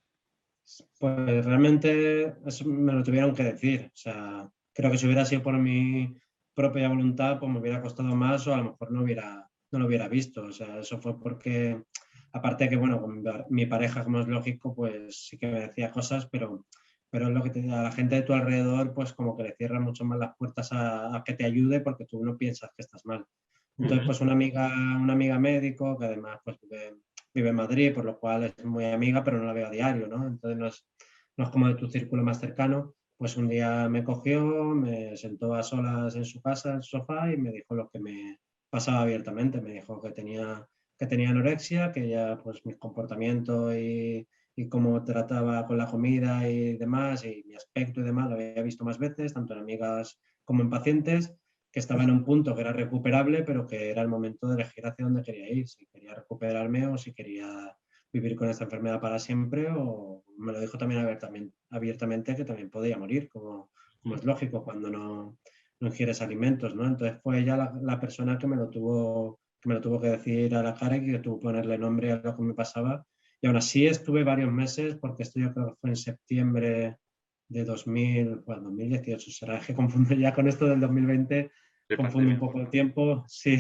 Pues realmente eso me lo tuvieron que decir. O sea, creo que si hubiera sido por mi propia voluntad, pues me hubiera costado más o a lo mejor no, hubiera, no lo hubiera visto. O sea, eso fue porque, aparte que, bueno, con mi pareja, como es lógico, pues sí que me decía cosas, pero, pero es lo que te, a la gente de tu alrededor, pues como que le cierra mucho más las puertas a, a que te ayude porque tú no piensas que estás mal. Entonces, pues una amiga, una amiga médico, que además pues vive, vive en Madrid, por lo cual es muy amiga, pero no la veo a diario, ¿no? Entonces no es, no es como de tu círculo más cercano. Pues un día me cogió, me sentó a solas en su casa, en su sofá, y me dijo lo que me pasaba abiertamente. Me dijo que tenía, que tenía anorexia, que ya pues mis comportamientos y, y cómo trataba con la comida y demás, y mi aspecto y demás, lo había visto más veces, tanto en amigas como en pacientes, que estaba en un punto que era recuperable, pero que era el momento de elegir hacia dónde quería ir, si quería recuperarme o si quería vivir con esta enfermedad para siempre, o me lo dijo también abiertamente, abiertamente que también podía morir, como, como es lógico cuando no, no ingieres alimentos, ¿no? Entonces fue ella la, la persona que me lo tuvo que me lo tuvo que decir a la cara y que tuvo que ponerle nombre a lo que me pasaba. Y aún así estuve varios meses, porque esto yo creo que fue en septiembre de dos mil, bueno, dos mil dieciocho, será que confundo ya con esto del dos mil veinte, De confundo un pandemia. poco el tiempo, sí.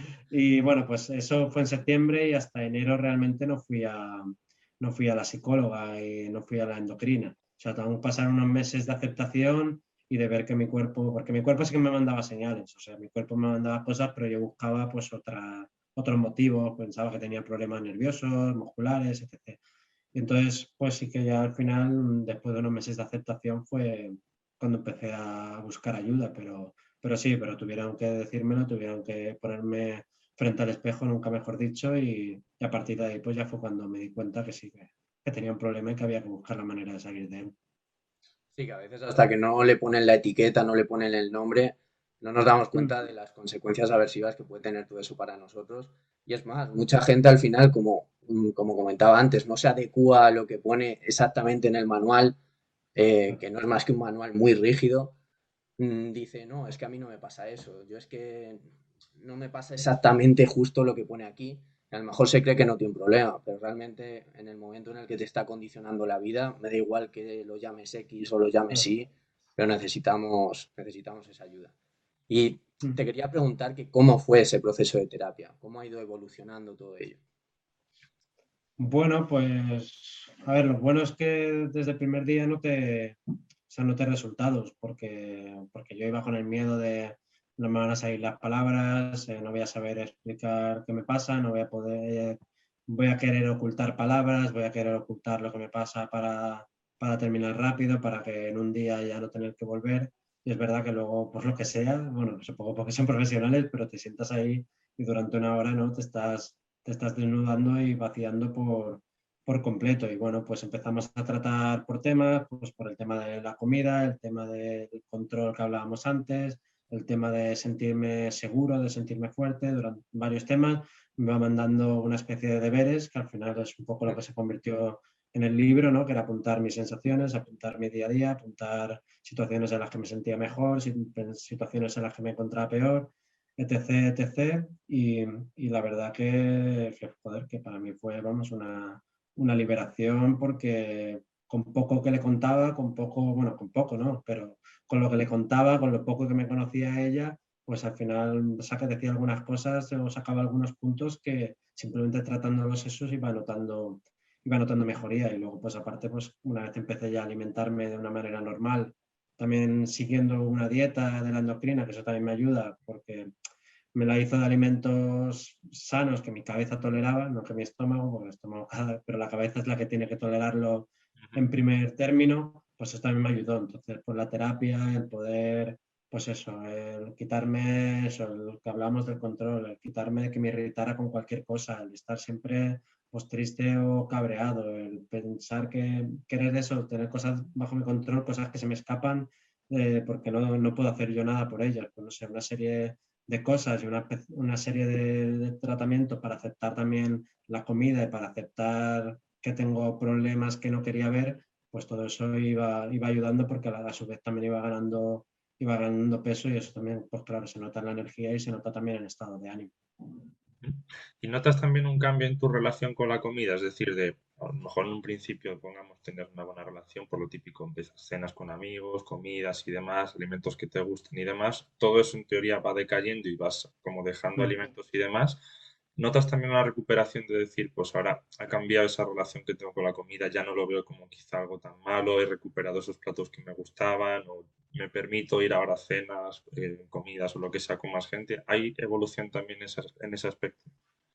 Y bueno, pues eso fue en septiembre y hasta enero realmente no fui a, no fui a la psicóloga y no fui a la endocrina. O sea, tengo que pasar unos meses de aceptación y de ver que mi cuerpo, porque mi cuerpo sí que me mandaba señales, o sea, mi cuerpo me mandaba cosas, pero yo buscaba pues otra, otros motivos, pensaba que tenía problemas nerviosos, musculares, etcétera. Y entonces, pues sí que ya al final, después de unos meses de aceptación, fue cuando empecé a buscar ayuda, pero, pero sí, pero tuvieron que decírmelo, tuvieron que ponerme frente al espejo, nunca mejor dicho, y, y a partir de ahí pues ya fue cuando me di cuenta que sí, que, que tenía un problema y que había que buscar la manera de salir de él. Sí, que a veces hasta que no le ponen la etiqueta, no le ponen el nombre, no nos damos Mm. cuenta de las consecuencias aversivas que puede tener todo eso para nosotros. Y es más, mucha gente al final, como, como comentaba antes, no se adecúa a lo que pone exactamente en el manual, eh, que no es más que un manual muy rígido. Mm, dice, no, es que a mí no me pasa eso, yo es que no me pasa exactamente justo lo que pone aquí. A lo mejor se cree que no tiene un problema, pero realmente en el momento en el que te está condicionando la vida, me da igual que lo llames X o lo llames Y, pero necesitamos, necesitamos esa ayuda. Y te quería preguntar que cómo fue ese proceso de terapia, cómo ha ido evolucionando todo ello. Bueno, pues, a ver, lo bueno es que desde el primer día no te, o sea, noté resultados, porque, porque yo iba con el miedo de no me van a salir las palabras, eh, no voy a saber explicar qué me pasa, no voy a poder, voy a querer ocultar palabras, voy a querer ocultar lo que me pasa para, para terminar rápido, para que en un día ya no tener que volver. Y es verdad que luego, por lo que sea, bueno, supongo porque son profesionales, pero te sientas ahí y durante una hora, ¿no? Te estás, te estás desnudando y vaciando por, por completo. Y bueno, pues empezamos a tratar por temas, pues por el tema de la comida, el tema del control que hablábamos antes, el tema de sentirme seguro, de sentirme fuerte, durante varios temas. Me va mandando una especie de deberes, que al final es un poco lo que se convirtió en el libro, ¿no? Que era apuntar mis sensaciones, apuntar mi día a día, apuntar situaciones en las que me sentía mejor, situaciones en las que me encontraba peor, etc, etcétera. Y, y la verdad que, que, joder, que para mí fue, vamos, una, una liberación, porque con poco que le contaba, con poco, bueno, con poco, ¿no? Pero con lo que le contaba, con lo poco que me conocía a ella, pues al final saca, decía algunas cosas o sacaba algunos puntos que simplemente tratándolos esos iba notando, iba notando mejoría. Y luego, pues aparte, pues una vez empecé ya a alimentarme de una manera normal, también siguiendo una dieta de la endocrina, que eso también me ayuda, porque me la hizo de alimentos sanos que mi cabeza toleraba, no que mi estómago, porque el estómago, pero la cabeza es la que tiene que tolerarlo en primer término, pues eso también me ayudó. Entonces, pues la terapia, el poder, pues eso, el quitarme eso, el que hablamos del control, el quitarme de que me irritara con cualquier cosa, el estar siempre pues triste o cabreado, el pensar que querer eso, tener cosas bajo mi control, cosas que se me escapan, eh, porque no, no puedo hacer yo nada por ellas, pues no sé, una serie de cosas y una, una serie de, de tratamientos para aceptar también la comida y para aceptar que tengo problemas que no quería ver, pues todo eso iba, iba ayudando, porque a, a su vez también iba ganando, iba ganando peso, y eso también, pues claro, se nota en la energía y se nota también en el estado de ánimo. ¿Y notas también un cambio en tu relación con la comida? Es decir, de a lo mejor en un principio, pongamos, tener una buena relación por lo típico, empiezas cenas con amigos, comidas y demás, alimentos que te gusten y demás, todo eso en teoría va decayendo y vas como dejando alimentos y demás. ¿Notas también una recuperación de decir, pues ahora ha cambiado esa relación que tengo con la comida, ya no lo veo como quizá algo tan malo, he recuperado esos platos que me gustaban, o me permito ir ahora a cenas, eh, comidas o lo que sea con más gente? ¿Hay evolución también en ese, en ese aspecto?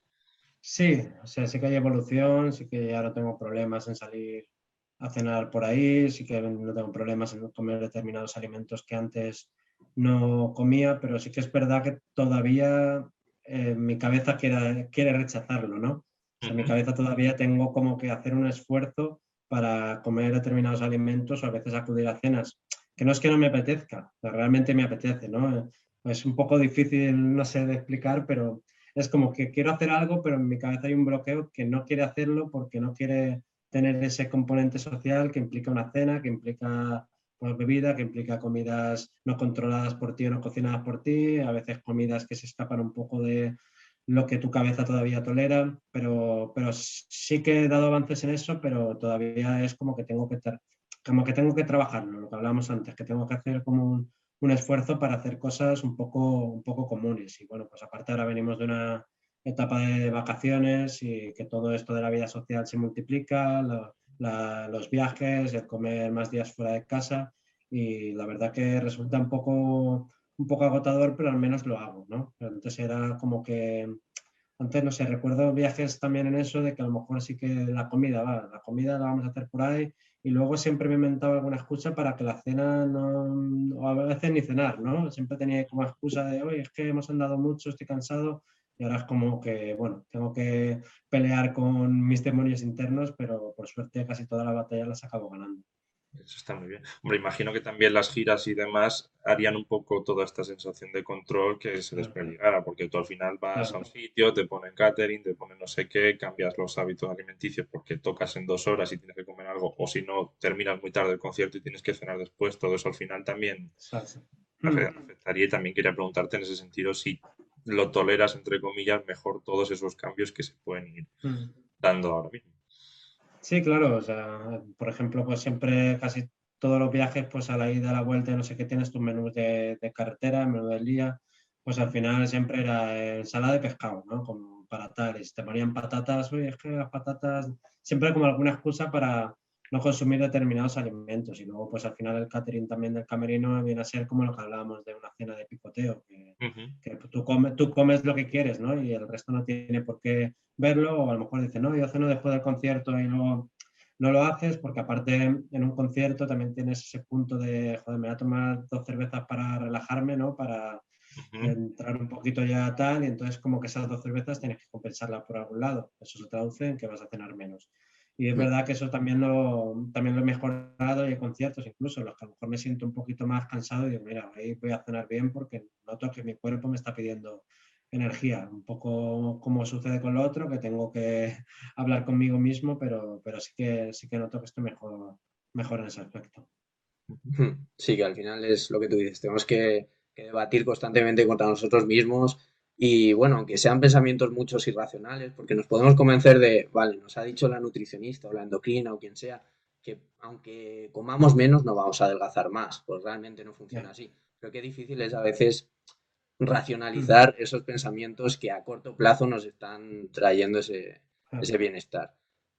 Sí, o sea, sí que hay evolución, sí que ya no tengo problemas en salir a cenar por ahí, sí que no tengo problemas en comer determinados alimentos que antes no comía, pero sí que es verdad que todavía eh, mi cabeza quiere, quiere rechazarlo, ¿no? O sea, mi Ujú. cabeza todavía tengo como que hacer un esfuerzo para comer determinados alimentos, o a veces acudir a cenas, que no es que no me apetezca, o sea, realmente me apetece, ¿no? Es un poco difícil, no sé, de explicar, pero es como que quiero hacer algo, pero en mi cabeza hay un bloqueo que no quiere hacerlo, porque no quiere tener ese componente social que implica una cena, que implica pues, bebida, que implica comidas no controladas por ti o no cocinadas por ti, a veces comidas que se escapan un poco de lo que tu cabeza todavía tolera, pero, pero sí que he dado avances en eso, pero todavía es como que tengo que, como que, tengo que trabajarlo, lo que hablábamos antes, que tengo que hacer como un, un esfuerzo para hacer cosas un poco, un poco comunes. Y bueno, pues aparte ahora venimos de una etapa de vacaciones y que todo esto de la vida social se multiplica, la, la, los viajes, el comer más días fuera de casa, y la verdad que resulta un poco, un poco agotador, pero al menos lo hago, ¿no? Pero antes era como que, antes no sé, recuerdo viajes también en eso, de que a lo mejor sí que la comida, va, la comida la vamos a hacer por ahí, y luego siempre me inventaba alguna excusa para que la cena no, o a veces ni cenar, ¿no? Siempre tenía como excusa de, oye, es que hemos andado mucho, estoy cansado, y ahora es como que, bueno, tengo que pelear con mis demonios internos, pero por suerte casi toda la batalla las acabo ganando. Eso está muy bien. Hombre, imagino que también las giras y demás harían un poco toda esta sensación de control que se desperdigara, porque tú al final vas a un Claro, sitio, te ponen catering, te ponen no sé qué, cambias los hábitos alimenticios porque tocas en dos horas y tienes que comer algo, o si no, terminas muy tarde el concierto y tienes que cenar después. Todo eso al final también exacto. afe- Mm, afectaría, y también quería preguntarte en ese sentido si lo toleras, entre comillas, mejor todos esos cambios que se pueden ir mm. dando ahora mismo. Sí, claro, o sea, por ejemplo, pues siempre casi todos los viajes, pues a la ida, a la vuelta, no sé qué, tienes tus menús de, de carretera, menú del día, pues al final siempre era eh, ensalada de pescado, ¿no? Como para tal, y si te ponían patatas, oye, es que las patatas, siempre como alguna excusa para no consumir determinados alimentos, y luego pues al final el catering también del camerino viene a ser como lo que hablábamos de una cena de picoteo, que, Ujú. que tú comes, tú comes lo que quieres, ¿no? Y el resto no tiene por qué verlo, o a lo mejor dice, no, yo ceno después del concierto y luego no lo haces, porque aparte en un concierto también tienes ese punto de, joder, me voy a tomar dos cervezas para relajarme, ¿no? Para Ujú. entrar un poquito ya tal, y entonces como que esas dos cervezas tienes que compensarlas por algún lado. Eso se traduce en que vas a cenar menos. Y es Mm. verdad que eso también lo, también lo he mejorado, y hay conciertos incluso en los que a lo mejor me siento un poquito más cansado y digo, mira, ahí voy a cenar bien porque noto que mi cuerpo me está pidiendo energía, un poco como sucede con lo otro, que tengo que hablar conmigo mismo, pero, pero sí que sí que noto que estoy mejor, mejor en ese aspecto. Sí, que al final es lo que tú dices, tenemos que, que debatir constantemente contra nosotros mismos y bueno, aunque sean pensamientos muchos irracionales, porque nos podemos convencer de, vale, nos ha dicho la nutricionista o la endocrina o quien sea, que aunque comamos menos no vamos a adelgazar más, pues realmente no funciona Ya. así. Pero qué difícil es a veces Mm, racionalizar esos pensamientos que a corto plazo nos están trayendo ese, claro. ese bienestar.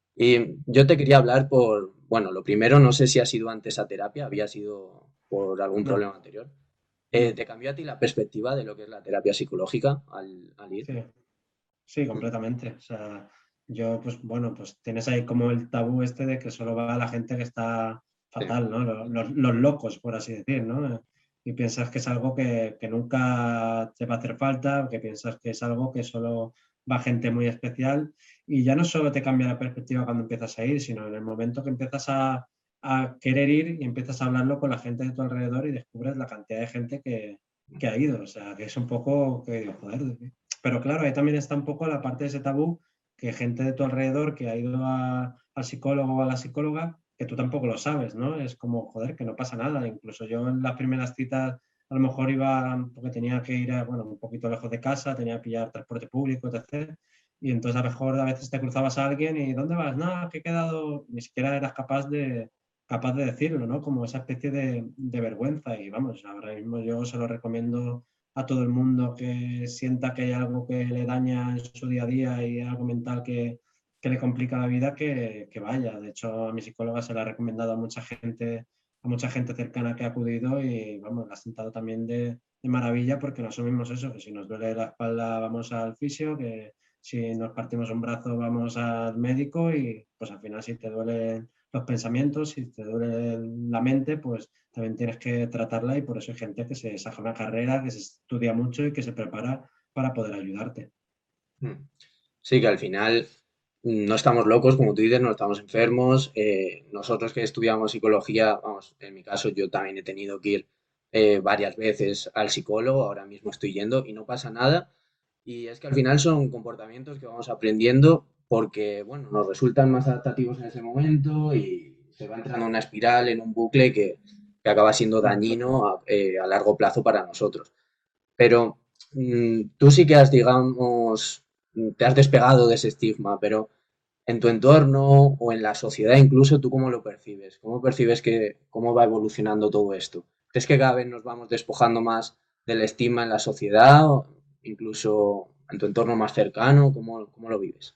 Y yo te quería hablar por, bueno, lo primero, no sé si has ido antes a terapia, había sido por algún No, problema anterior. Eh, no. ¿te cambió a ti la perspectiva de lo que es la terapia psicológica al, al ir? Sí. Sí, Mm, completamente. O sea, yo, pues bueno, pues tienes ahí como el tabú este de que solo va la gente que está sí. fatal, ¿no? Los, los- los locos, por así decir, ¿no? Y piensas que es algo que, que nunca te va a hacer falta, que piensas que es algo que solo va gente muy especial. Y ya no solo te cambia la perspectiva cuando empiezas a ir, sino en el momento que empiezas a, a querer ir y empiezas a hablarlo con la gente de tu alrededor y descubres la cantidad de gente que, que ha ido. O sea, que es un poco que, digo, joder, pero claro, ahí también está un poco la parte de ese tabú, que gente de tu alrededor que ha ido a- al psicólogo o a la psicóloga, que tú tampoco lo sabes, ¿no? Es como, joder, que no pasa nada. Incluso yo en las primeras citas a lo mejor iba porque tenía que ir, a, bueno, un poquito lejos de casa, tenía que pillar transporte público, etcétera. Y entonces a lo mejor a veces te cruzabas a alguien y ¿dónde vas? No, que he quedado, ni siquiera eras capaz de, capaz de decirlo, ¿no? Como esa especie de, de vergüenza. Y vamos, ahora mismo yo se lo recomiendo a todo el mundo que sienta que hay algo que le daña en su día a día y algo mental que, que le complica la vida, que, que, vaya. De hecho, a mi psicóloga se la ha recomendado a mucha gente, a mucha gente cercana que ha acudido y vamos, la ha sentado también de, de maravilla, porque no asumimos eso, que si nos duele la espalda vamos al fisio, que si nos partimos un brazo vamos al médico y pues al final si te duelen los pensamientos, si te duele la mente, pues también tienes que tratarla, y por eso hay gente que se saca una carrera, que se estudia mucho y que se prepara para poder ayudarte. Mm. Sí, que al final mm, no estamos locos, como tú dices, no estamos enfermos. Eh, nosotros que estudiamos psicología, vamos, en mi caso yo también he tenido que ir eh, varias veces al psicólogo, ahora mismo estoy yendo y no pasa nada. Y es que al final son comportamientos que vamos aprendiendo porque, bueno, nos resultan más adaptativos en ese momento y se va entrando en una espiral, en un bucle que, que acaba siendo Mm. dañino a, eh, a largo plazo para nosotros. Pero mm, tú sí que has, digamos, te has despegado de ese estigma, pero en tu entorno o en la sociedad incluso, ¿tú cómo lo percibes? ¿Cómo percibes que cómo va evolucionando todo esto? ¿Crees que cada vez nos vamos despojando más del estigma en la sociedad o incluso en tu entorno más cercano? ¿Cómo, cómo lo vives?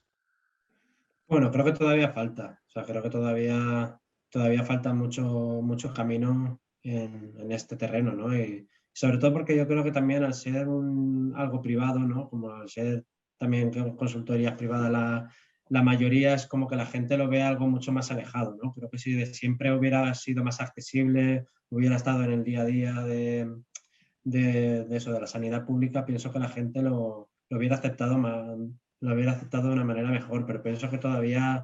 Bueno, creo que todavía falta, o sea, creo que todavía, todavía falta mucho, mucho camino en, en este terreno, ¿no? Y sobre todo porque yo creo que también al ser un, algo privado, ¿no? Como al ser también que consultorías privadas, la, la mayoría es como que la gente lo ve algo mucho más alejado, ¿no? Creo que si de siempre hubiera sido más accesible, hubiera estado en el día a día de, de, de eso, de la sanidad pública, pienso que la gente lo, lo hubiera aceptado más, lo hubiera aceptado de una manera mejor, pero pienso que todavía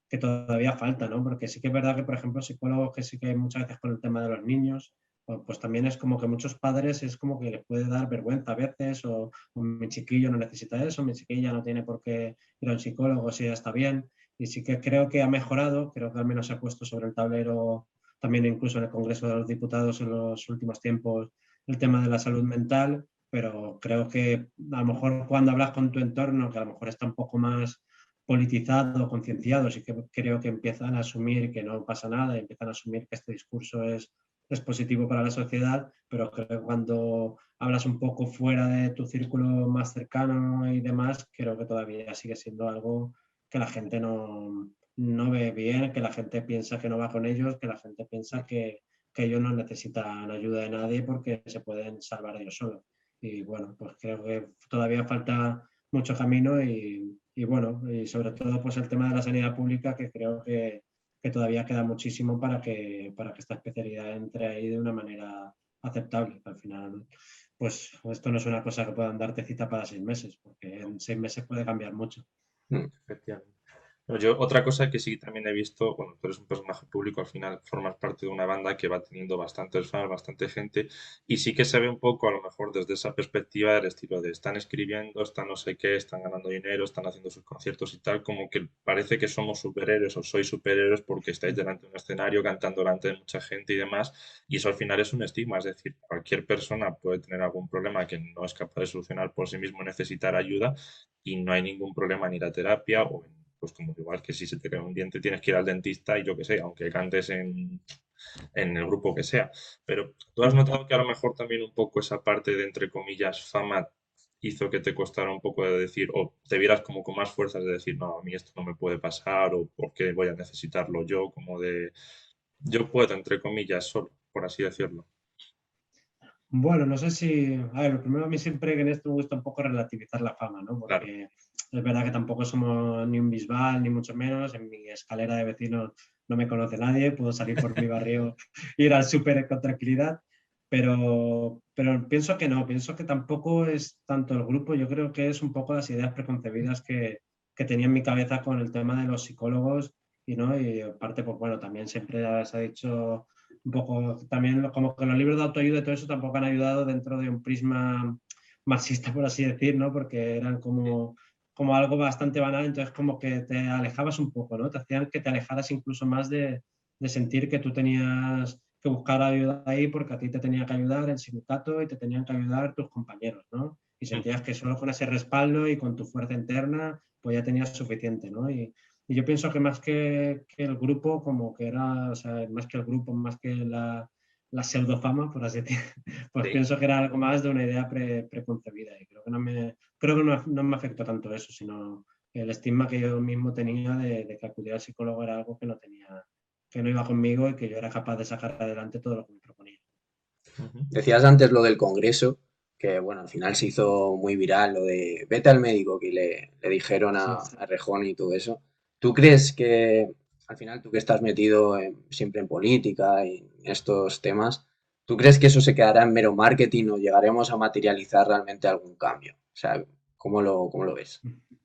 que todavía falta, ¿no? Porque sí que es verdad que, por ejemplo, psicólogos que sí que hay muchas veces con el tema de los niños, pues, pues también es como que muchos padres es como que les puede dar vergüenza a veces, o, o mi chiquillo no necesita eso, mi chiquilla no tiene por qué ir a un psicólogo si ya está bien. Y sí que creo que ha mejorado, creo que al menos se ha puesto sobre el tablero también incluso en el Congreso de los Diputados en los últimos tiempos el tema de la salud mental, pero creo que a lo mejor cuando hablas con tu entorno, que a lo mejor está un poco más politizado, concienciado, sí que creo que empiezan a asumir que no pasa nada y empiezan a asumir que este discurso es, es positivo para la sociedad, pero creo que cuando hablas un poco fuera de tu círculo más cercano y demás, creo que todavía sigue siendo algo que la gente no, no ve bien, que la gente piensa que no va con ellos, que la gente piensa que, que ellos no necesitan ayuda de nadie porque se pueden salvar ellos solos. Y bueno, pues creo que todavía falta mucho camino y, y bueno, y sobre todo pues el tema de la sanidad pública, que creo que, que todavía queda muchísimo para que, para que esta especialidad entre ahí de una manera aceptable. Al final, pues esto no es una cosa que puedan darte cita para seis meses, porque en seis meses puede cambiar mucho. Efectivamente. Bueno, yo otra cosa que sí también he visto, bueno, tú eres un personaje público, al final formas parte de una banda que va teniendo bastantes fans, bastante gente, y sí que se ve un poco, a lo mejor desde esa perspectiva, del estilo de están escribiendo, están no sé qué, están ganando dinero, están haciendo sus conciertos y tal, como que parece que somos superhéroes o sois superhéroes porque estáis delante de un escenario cantando delante de mucha gente y demás, y eso al final es un estigma, es decir, cualquier persona puede tener algún problema que no es capaz de solucionar por sí mismo, necesitar ayuda, y no hay ningún problema en ir a terapia o en pues como igual que si se te cae un diente tienes que ir al dentista y yo qué sé, aunque cantes en, en el grupo que sea. Pero tú has notado que a lo mejor también un poco esa parte de, entre comillas, fama hizo que te costara un poco de decir, o te vieras como con más fuerzas de decir, no, a mí esto no me puede pasar, o porque voy a necesitarlo yo, como de, yo puedo, entre comillas, solo, por así decirlo. Bueno, no sé si. A ver, lo primero a mí siempre en esto me gusta un poco relativizar la fama, ¿no? Porque Claro. es verdad que tampoco somos ni un Bisbal, ni mucho menos. En mi escalera de vecinos no me conoce nadie, puedo salir por mi barrio e ir al súper con tranquilidad. Pero, pero pienso que no, pienso que tampoco es tanto el grupo, yo creo que es un poco las ideas preconcebidas que, que tenía en mi cabeza con el tema de los psicólogos y, ¿no? Y aparte, pues bueno, también siempre se ha dicho un poco también como que los libros de autoayuda y todo eso tampoco han ayudado dentro de un prisma marxista, por así decir, ¿no? Porque eran como, como algo bastante banal, entonces como que te alejabas un poco, ¿no? Te hacían que te alejaras incluso más de, de sentir que tú tenías que buscar ayuda ahí porque a ti te tenía que ayudar el sindicato y te tenían que ayudar tus compañeros, ¿no? Y sentías que solo con ese respaldo y con tu fuerza interna pues ya tenías suficiente, ¿no? Y, y yo pienso que más que, que, el grupo, como que era, o sea, más que el grupo, más que la, la pseudofama, por así decir, pues Sí. pienso que era algo más de una idea pre, preconcebida. Y creo que no me, creo que no, no me afectó tanto eso, sino el estigma que yo mismo tenía de, de que acudir al psicólogo era algo que no tenía, que no iba conmigo y que yo era capaz de sacar adelante todo lo que me proponía. Decías antes lo del Congreso, que bueno, al final se hizo muy viral, lo de vete al médico que le, le dijeron a, Sí. a Rejón y todo eso. ¿Tú crees que, al final tú que estás metido en- siempre en política y en estos temas, ¿tú crees que eso se quedará en mero marketing o llegaremos a materializar realmente algún cambio? O sea, ¿cómo lo, cómo lo ves?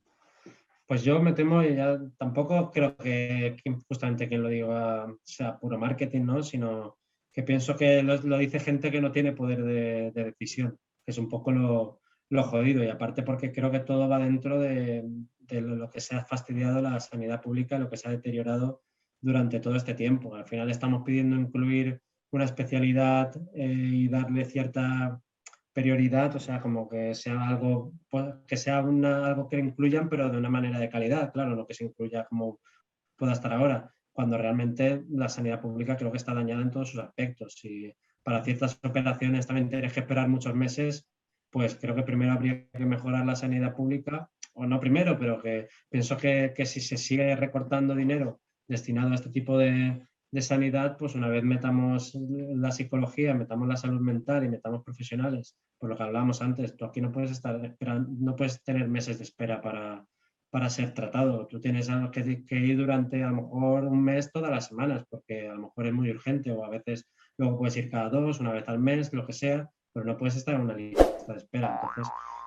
Pues yo me temo, y ya tampoco creo que, que justamente quien lo diga sea puro marketing, ¿no? Sino que pienso que lo, lo dice gente que no tiene poder de, de decisión, que es un poco lo, lo jodido. Y aparte porque creo que todo va dentro de, de lo, lo que se ha fastidiado la sanidad pública, lo que se ha deteriorado durante todo este tiempo. Al final estamos pidiendo incluir una especialidad eh, y darle cierta prioridad, o sea, como que sea algo, pues, que sea una, algo que incluyan, pero de una manera de calidad, claro, no que se incluya como pueda estar ahora, cuando realmente la sanidad pública creo que está dañada en todos sus aspectos. Y para ciertas operaciones también tienes que esperar muchos meses, pues creo que primero habría que mejorar la sanidad pública, o no primero, pero que pienso que, que si se sigue recortando dinero destinado a este tipo de, de sanidad, pues una vez metamos la psicología, metamos la salud mental y metamos profesionales, por lo que hablábamos antes, tú aquí no puedes estar esperando, no puedes tener meses de espera para, para ser tratado. Tú tienes que, que ir durante a lo mejor un mes todas las semanas, porque a lo mejor es muy urgente, o a veces luego puedes ir cada dos, una vez al mes, lo que sea, pero no puedes estar en una lista de espera. Entonces,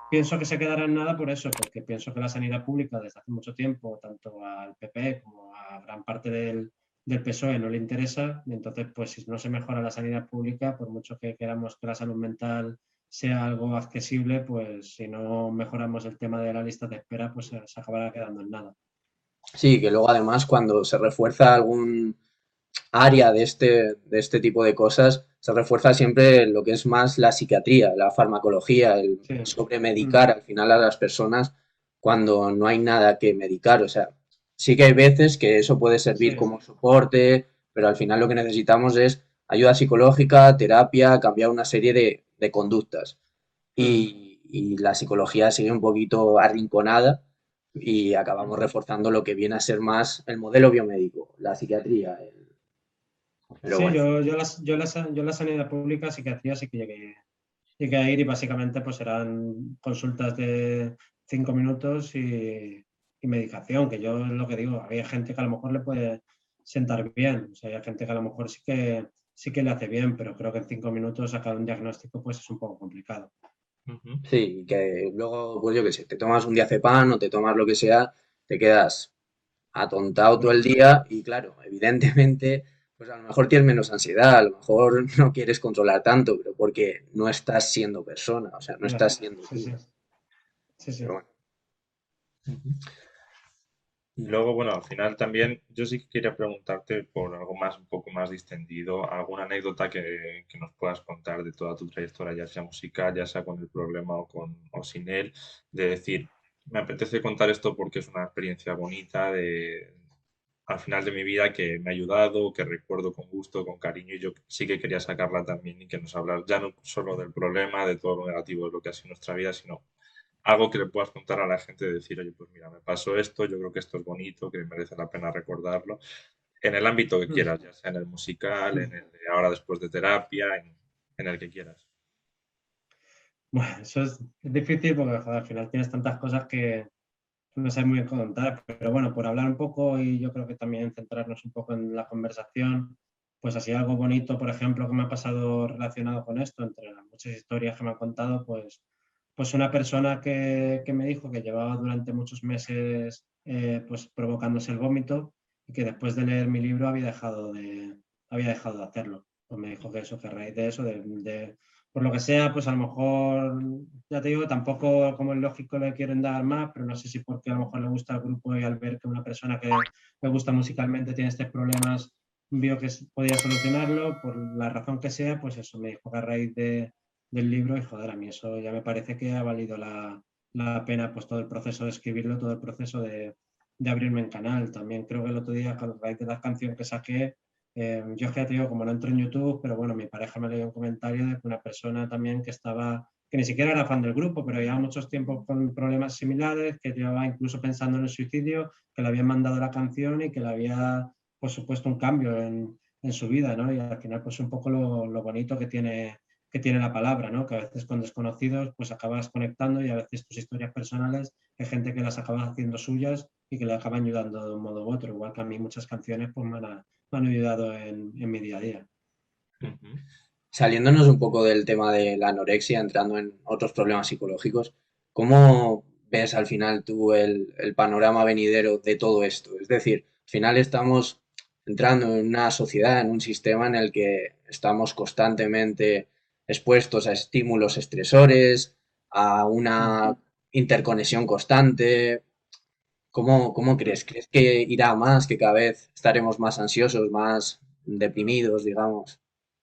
pienso que se quedará en nada por eso, porque pienso que la sanidad pública desde hace mucho tiempo, tanto al P P como a gran parte del, del P S O E no le interesa, y entonces pues si no se mejora la sanidad pública, por mucho que queramos que la salud mental sea algo accesible, pues si no mejoramos el tema de la lista de espera, pues se, se acabará quedando en nada. Sí, que luego además cuando se refuerza algún área de este, de este tipo de cosas, se refuerza siempre lo que es más la psiquiatría, la farmacología, el Sí. sobremedicar al final a las personas cuando no hay nada que medicar. O sea, sí que hay veces que eso puede servir Sí. como soporte, pero al final lo que necesitamos es ayuda psicológica, terapia, cambiar una serie de, de conductas. Y, y la psicología sigue un poquito arrinconada y acabamos reforzando lo que viene a ser más el modelo biomédico, la psiquiatría. el- Pero Sí, bueno. yo, yo, las, yo, la, sa- yo la sanidad pública sí que hacía, sí que llegué, llegué a ir y básicamente pues eran consultas de cinco minutos y, y medicación, que yo es lo que digo, había gente que a lo mejor le puede sentar bien, o sea, hay gente que a lo mejor sí que, sí que le hace bien, pero creo que en cinco minutos sacar un diagnóstico pues es un poco complicado. Ujú. Sí, que luego, pues yo qué sé, te tomas un diazepam o te tomas lo que sea, te quedas atontado todo el día y claro, evidentemente, pues a lo mejor tienes menos ansiedad, a lo mejor no quieres controlar tanto, pero porque no estás siendo persona, o sea, no Ya, estás siendo sí, tú. sí, sí, sí. Pero bueno. Ujú. Y luego, bueno, al final también yo sí que quería preguntarte por algo más, un poco más distendido, alguna anécdota que, que nos puedas contar de toda tu trayectoria, ya sea musical, ya sea con el problema o, con, o sin él, de decir, me apetece contar esto porque es una experiencia bonita de, al final de mi vida que me ha ayudado, que recuerdo con gusto, con cariño, y yo sí que quería sacarla también y que nos hablar ya no solo del problema, de todo lo negativo de lo que ha sido nuestra vida, sino algo que le puedas contar a la gente, de decir, oye, pues mira, me pasó esto, yo creo que esto es bonito, que merece la pena recordarlo, en el ámbito que quieras, ya sea en el musical, en el de ahora después de terapia, en, en el que quieras. Bueno, eso es, es difícil porque joder, al final tienes tantas cosas que no sé muy bien cómo contar, pero bueno, por hablar un poco y yo creo que también centrarnos un poco en la conversación, pues así algo bonito, por ejemplo, que me ha pasado relacionado con esto, entre las muchas historias que me han contado, pues, pues una persona que, que me dijo que llevaba durante muchos meses eh, pues provocándose el vómito y que después de leer mi libro había dejado de, había dejado de hacerlo. Pues me dijo que eso, que a raíz de eso, de, de por lo que sea, pues a lo mejor, ya te digo, tampoco como es lógico le quieren dar más, pero no sé si porque a lo mejor le gusta el grupo y al ver que una persona que le gusta musicalmente tiene estos problemas, vio que podía solucionarlo, por la razón que sea, pues eso me dijo que a raíz de, del libro y joder, a mí eso ya me parece que ha valido la, la pena pues todo el proceso de escribirlo, todo el proceso de, de abrirme en canal. También creo que el otro día, a raíz de la canción que saqué, eh, yo es que ya te digo, como no entro en YouTube, pero bueno, mi pareja me leyó un comentario de que una persona también que estaba, que ni siquiera era fan del grupo, pero llevaba muchos tiempos con problemas similares, que llevaba incluso pensando en el suicidio, que le habían mandado la canción y que le había, por supuesto, un cambio en, en su vida, ¿no? Y al final, pues un poco lo, lo bonito que tiene, que tiene la palabra, ¿no? Que a veces con desconocidos, pues acabas conectando y a veces tus historias personales hay gente que las acaba haciendo suyas y que le acaban ayudando de un modo u otro, igual que a mí muchas canciones pues me han, me han ayudado en, en mi día a día. Ujú. Saliéndonos un poco del tema de la anorexia, entrando en otros problemas psicológicos, ¿cómo ves al final tú el, el panorama venidero de todo esto? Es decir, al final estamos entrando en una sociedad, en un sistema en el que estamos constantemente expuestos a estímulos estresores, a Mm. una interconexión constante. ¿Cómo, cómo crees? ¿Crees que irá a más, que cada vez estaremos más ansiosos, más deprimidos, digamos?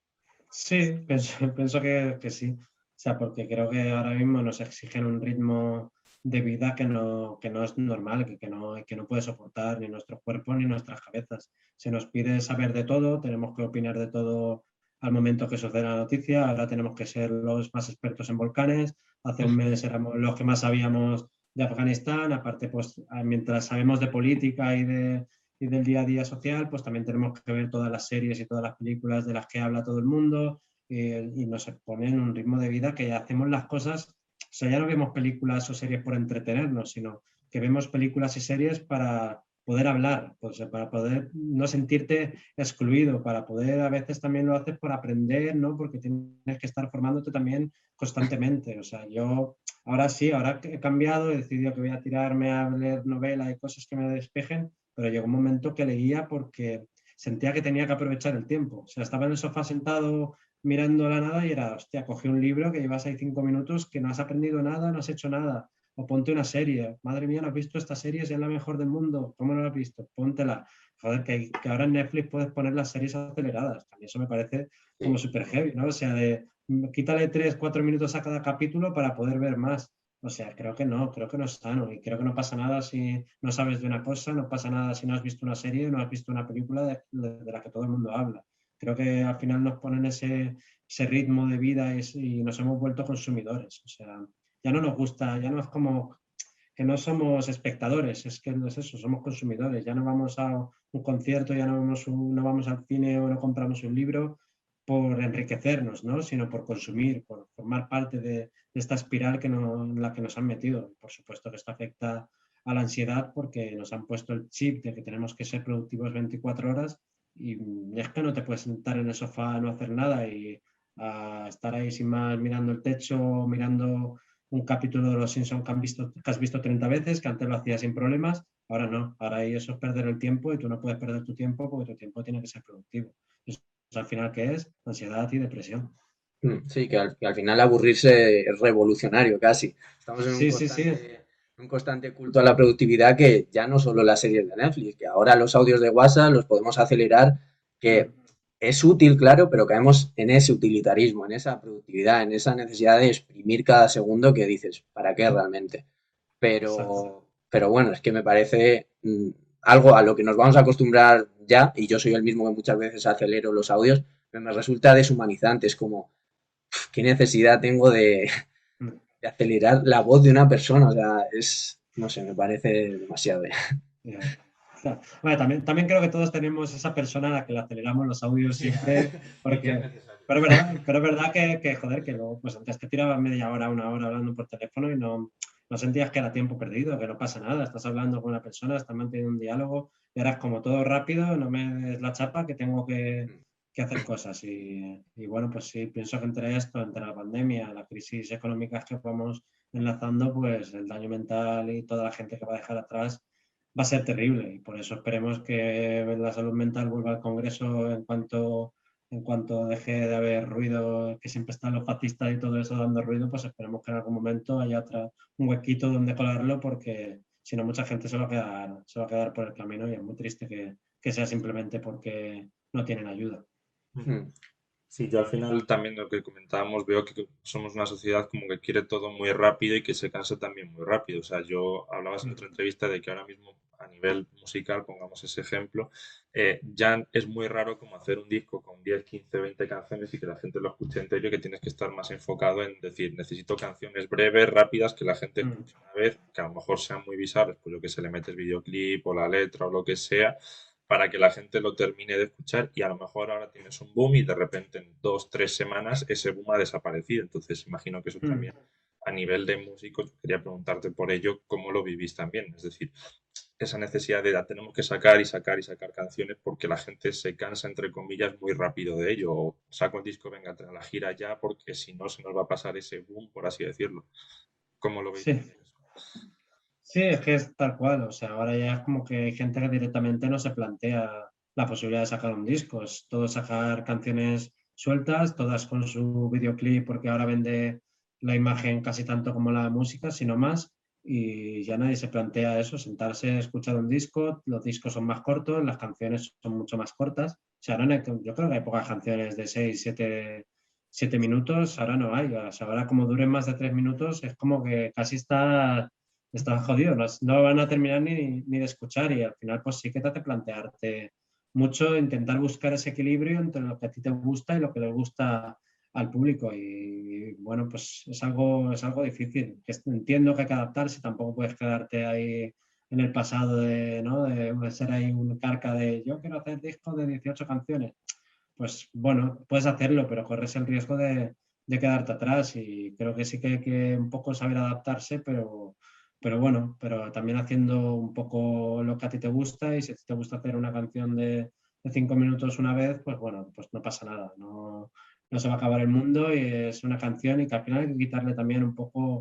Sí, pienso, pienso que, que sí. O sea, porque creo que ahora mismo nos exigen un ritmo de vida que no, que no es normal, que, que no, que no puede soportar ni nuestro cuerpo ni nuestras cabezas. Se nos pide saber de todo, tenemos que opinar de todo al momento que sucede la noticia. Ahora tenemos que ser los más expertos en volcanes. Hace un mes éramos los que más sabíamos de Afganistán. Aparte, pues mientras sabemos de política y de, y del día a día social, pues también tenemos que ver todas las series y todas las películas de las que habla todo el mundo eh, y nos pone en un ritmo de vida que ya hacemos las cosas, o sea, ya no vemos películas o series por entretenernos, sino que vemos películas y series para poder hablar, pues, para poder no sentirte excluido, para poder, a veces también lo haces por aprender, ¿no? Porque tienes que estar formándote también constantemente. O sea, yo Ahora sí, ahora he cambiado, he decidido que voy a tirarme a leer novela y cosas que me despejen, pero llegó un momento que leía porque sentía que tenía que aprovechar el tiempo. O sea, estaba en el sofá sentado mirando la nada y era, hostia, cogí un libro que llevas ahí cinco minutos, que no has aprendido nada, no has hecho nada. O ponte una serie. Madre mía, ¿no has visto esta serie? Es la mejor del mundo. ¿Cómo no la has visto? Póntela. Joder, que, que ahora en Netflix puedes poner las series aceleradas. A mí eso me parece como Sí. súper heavy, ¿no? O sea, de quítale tres, cuatro minutos a cada capítulo para poder ver más. O sea, creo que no, creo que no es sano y creo que no pasa nada si no sabes de una cosa, no pasa nada si no has visto una serie, no has visto una película de, de la que todo el mundo habla. Creo que al final nos ponen ese, ese ritmo de vida y, y nos hemos vuelto consumidores. O sea, ya no nos gusta, ya no es como que no somos espectadores, es que no es eso, somos consumidores. Ya no vamos a un concierto, ya no vamos, un, no vamos al cine o no compramos un libro por enriquecernos, ¿no? Sino por consumir, por formar parte de, de esta espiral que no, en la que nos han metido. Por supuesto que esto afecta a la ansiedad porque nos han puesto el chip de que tenemos que ser productivos veinticuatro horas y es que no te puedes sentar en el sofá a no hacer nada y a estar ahí sin más mirando el techo, mirando un capítulo de Los Simpsons que, han visto, que has visto treinta veces, que antes lo hacías sin problemas, ahora no, ahora eso es perder el tiempo y tú no puedes perder tu tiempo porque tu tiempo tiene que ser productivo. Eso al final, ¿qué es? Ansiedad y depresión. Mm, Sí, que al, que al final aburrirse es revolucionario casi. Estamos en un Sí, sí, sí. constante, un constante culto a la productividad que ya no solo las series de Netflix, que ahora los audios de WhatsApp los podemos acelerar, que Mm. es útil, claro, pero caemos en ese utilitarismo, en esa productividad, en esa necesidad de exprimir cada segundo que dices, ¿para qué realmente? Exacto. Pero, pero bueno, es que me parece mm, algo a lo que nos vamos a acostumbrar ya, y yo soy el mismo que muchas veces acelero los audios, pero me resulta deshumanizante, es como qué necesidad tengo de, Mm. de acelerar la voz de una persona. O sea, es, no sé, me parece demasiado. Yeah. Claro. Bueno, también, también creo que todos tenemos esa persona a la que le aceleramos los audios siempre, Y que es porque, necesario. pero es verdad, pero es verdad que, que, joder, que luego, pues antes te tirabas media hora, una hora hablando por teléfono y no, no sentías que era tiempo perdido, que no pasa nada, estás hablando con una persona, estás manteniendo un diálogo y ahora es como todo rápido, no me des la chapa que tengo que, que hacer cosas. Y, y bueno, pues sí, pienso que entre esto, entre la pandemia, la crisis económica que vamos enlazando, pues el daño mental y toda la gente que va a dejar atrás va a ser terrible y por eso esperemos que la salud mental vuelva al Congreso en cuanto, en cuanto deje de haber ruido, que siempre están los fascistas y todo eso dando ruido, pues esperemos que en algún momento haya otra, un huequito donde colarlo porque si no mucha gente se va a quedar, se va a quedar por el camino y es muy triste que, que sea simplemente porque no tienen ayuda. Mm, Sí, yo al final también lo que comentábamos, veo que somos una sociedad como que quiere todo muy rápido y que se cansa también muy rápido. O sea, yo hablabas en otra entrevista de que ahora mismo a nivel musical, pongamos ese ejemplo, eh, ya es muy raro como hacer un disco con diez, quince, veinte canciones y que la gente lo escuche entero y que tienes que estar más enfocado en decir, necesito canciones breves, rápidas, que la gente Mm. escuche una vez, que a lo mejor sean muy visables, pues lo que se le mete el videoclip o la letra o lo que sea para que la gente lo termine de escuchar y a lo mejor ahora tienes un boom y de repente en dos, tres semanas ese boom ha desaparecido. Entonces imagino que eso Mm. también a nivel de músicos, quería preguntarte por ello, ¿cómo lo vivís también? Es decir, esa necesidad de ah, tenemos que sacar y sacar y sacar canciones porque la gente se cansa, entre comillas, muy rápido de ello. O saco el disco, venga, a la gira ya, porque si no se nos va a pasar ese boom, por así decirlo. ¿Cómo lo veis Sí. también eso? Sí, es que es tal cual, o sea, ahora ya es como que hay gente que directamente no se plantea la posibilidad de sacar un disco, es todo sacar canciones sueltas, todas con su videoclip, porque ahora vende la imagen casi tanto como la música, sino más, y ya nadie se plantea eso, sentarse a escuchar un disco, los discos son más cortos, las canciones son mucho más cortas, o sea, ahora no hay- yo creo que hay pocas canciones de seis, siete, siete minutos, ahora no hay, o sea, ahora como duren más de tres minutos es como que casi está están jodidos, no, no van a terminar ni, ni de escuchar y al final pues sí que te hace plantearte mucho, intentar buscar ese equilibrio entre lo que a ti te gusta y lo que le gusta al público y bueno, pues es algo, es algo difícil, que entiendo que hay que adaptarse, tampoco puedes quedarte ahí en el pasado de, ¿no? de ser ahí un carca de yo quiero hacer discos de dieciocho canciones, pues bueno, puedes hacerlo, pero corres el riesgo de, de quedarte atrás y creo que sí que hay que un poco saber adaptarse, pero, pero bueno, pero también haciendo un poco lo que a ti te gusta y si a ti te gusta hacer una canción de, de cinco minutos una vez, pues bueno, pues no pasa nada, no, no se va a acabar el mundo y es una canción y que al final hay que quitarle también un poco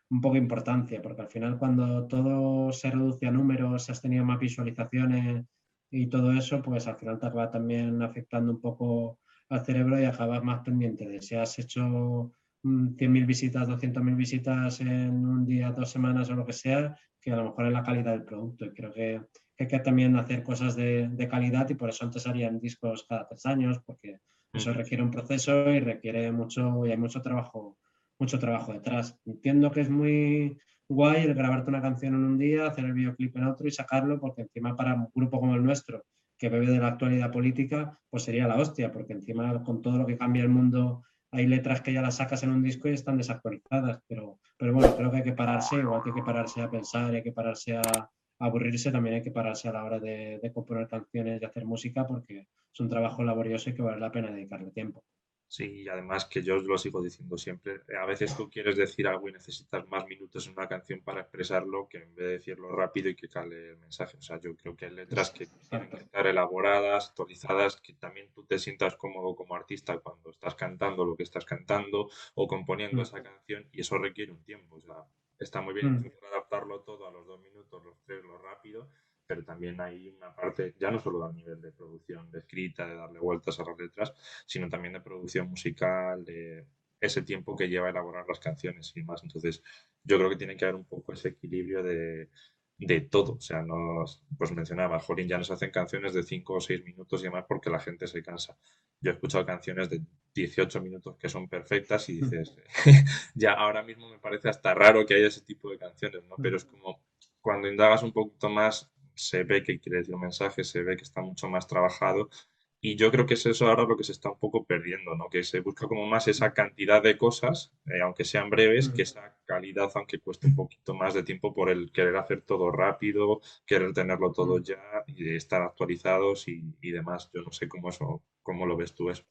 un poco importancia, porque al final cuando todo se reduce a números, has tenido más visualizaciones y todo eso, pues al final te acaba también afectando un poco al cerebro y acabas más pendiente de si has hecho cien mil visitas, doscientas mil visitas en un día, dos semanas o lo que sea, que a lo mejor es la calidad del producto. Y creo que, que hay que también hacer cosas de, de calidad y por eso antes harían discos cada tres años, porque eso Ujú. requiere un proceso y requiere mucho, y hay mucho trabajo, mucho trabajo detrás. Entiendo que es muy guay el grabarte una canción en un día, hacer el videoclip en otro y sacarlo, porque encima para un grupo como el nuestro, que bebe de la actualidad política, pues sería la hostia, porque encima con todo lo que cambia el mundo hay letras que ya las sacas en un disco y están desactualizadas, pero, pero bueno, creo que hay que pararse, igual que hay que pararse a pensar, hay que pararse a, a aburrirse, también hay que pararse a la hora de, de componer canciones y hacer música porque es un trabajo laborioso y que vale la pena dedicarle tiempo. Sí, y además que yo os lo sigo diciendo siempre, eh, a veces tú quieres decir algo y necesitas más minutos en una canción para expresarlo que en vez de decirlo rápido y que cale el mensaje. O sea, yo creo que hay letras que tienen que Exacto. estar elaboradas, actualizadas, que también tú te sientas cómodo como artista cuando estás cantando lo que estás cantando o componiendo Mm, esa canción y eso requiere un tiempo. O sea, está muy bien mm. intentar adaptarlo todo a los dos minutos, los tres, lo rápido, pero también hay una parte, ya no solo a nivel de producción, de escrita, de darle vueltas a las letras, sino también de producción musical, de ese tiempo que lleva a elaborar las canciones y más. Entonces, yo creo que tiene que haber un poco ese equilibrio de, de todo. O sea, no, pues mencionaba, Jolín, ya nos hacen canciones de cinco o seis minutos y demás porque la gente se cansa. Yo he escuchado canciones de dieciocho minutos que son perfectas y dices, ya ahora mismo me parece hasta raro que haya ese tipo de canciones, ¿no? Pero es como cuando indagas un poquito más, se ve que quiere decir un mensaje, se ve que está mucho más trabajado y yo creo que es eso ahora lo que se está un poco perdiendo, ¿no? Que se busca como más esa cantidad de cosas, eh, aunque sean breves, que Mm. esa calidad, aunque cueste un poquito más de tiempo por el querer hacer todo rápido, querer tenerlo todo Mm. ya y de estar actualizados y, y demás. Yo no sé cómo eso, cómo lo ves tú eso.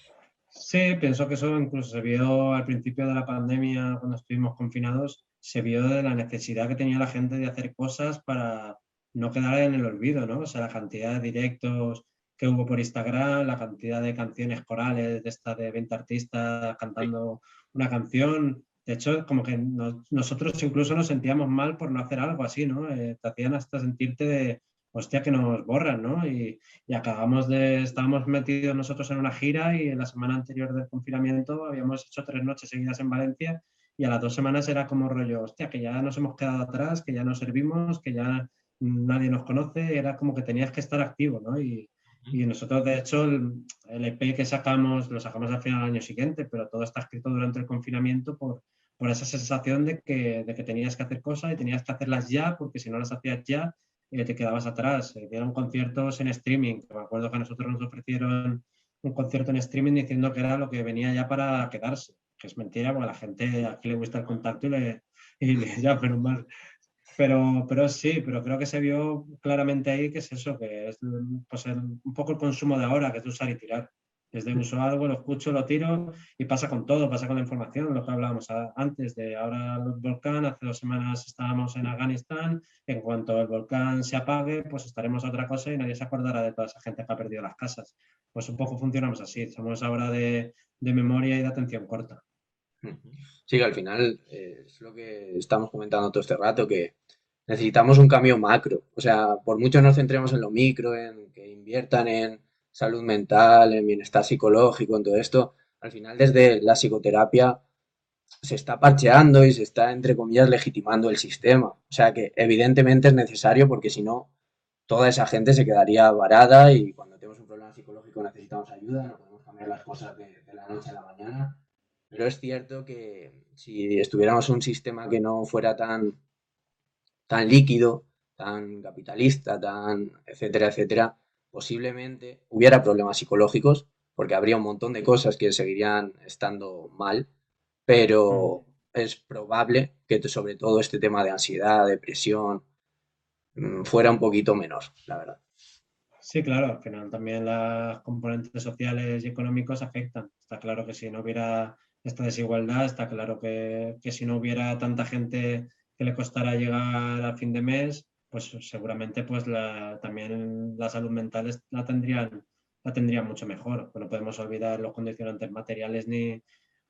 Sí, pienso que eso incluso se vio al principio de la pandemia, cuando estuvimos confinados, se vio de la necesidad que tenía la gente de hacer cosas para no quedar en el olvido, ¿no? O sea, la cantidad de directos que hubo por Instagram, la cantidad de canciones corales de estas de veinte artistas Sí. cantando una canción. De hecho, como que nos- nosotros incluso nos sentíamos mal por no hacer algo así, ¿no? Eh, te hacían hasta sentirte de, hostia, que nos borran, ¿no? Y, y acabamos de, estábamos metidos nosotros en una gira y en la semana anterior del confinamiento habíamos hecho tres noches seguidas en Valencia y a las dos semanas era como rollo, hostia, que ya nos hemos quedado atrás, que ya no servimos, que ya nadie nos conoce, era como que tenías que estar activo, ¿no? Y, Ujú. y nosotros, de hecho, el, el E P que sacamos, lo sacamos al final del año siguiente, pero todo está escrito durante el confinamiento por, por esa sensación de que, de que tenías que hacer cosas y tenías que hacerlas ya, porque si no las hacías ya, eh, te quedabas atrás. Eh, dieron conciertos en streaming. Me acuerdo que a nosotros nos ofrecieron un concierto en streaming diciendo que era lo que venía ya para quedarse, que es mentira, porque a la gente aquí le gusta el contacto y le, y le ya, pero mal. Pero, pero sí, pero creo que se vio claramente ahí que es eso, que es pues el- un poco el consumo de ahora, que es de usar y tirar. Es de uso algo, lo escucho, lo tiro y pasa con todo, pasa con la información, lo que hablábamos a- antes de ahora el volcán, hace dos semanas estábamos en Afganistán, en cuanto el volcán se apague, pues estaremos a otra cosa y nadie se acordará de toda esa gente que ha perdido las casas. Pues un poco funcionamos así, somos ahora de, de memoria y de atención corta. Ujú. Sí, que al final eh, es lo que estamos comentando todo este rato, que necesitamos un cambio macro. O sea, por mucho nos centremos en lo micro, en que inviertan en salud mental, en bienestar psicológico, en todo esto, al final desde la psicoterapia se está parcheando y se está, entre comillas, legitimando el sistema. O sea que evidentemente es necesario porque si no, toda esa gente se quedaría varada y cuando tenemos un problema psicológico necesitamos ayuda, no podemos cambiar las cosas de, de la noche a la mañana. Pero es cierto que si estuviéramos un sistema que no fuera tan, tan líquido, tan capitalista, tan etcétera, etcétera, posiblemente hubiera problemas psicológicos, porque habría un montón de cosas que seguirían estando mal, Mm. pero es probable que sobre todo este tema de ansiedad, depresión, mm, fuera un poquito menor, la verdad. Sí, claro, al final también las componentes sociales y económicos afectan. Está claro que si no hubiera esta desigualdad, está claro que, que si no hubiera tanta gente que le costara llegar a fin de mes, pues seguramente pues la, también la salud mental es- la tendrían, la tendrían mucho mejor. No podemos olvidar los condicionantes materiales ni,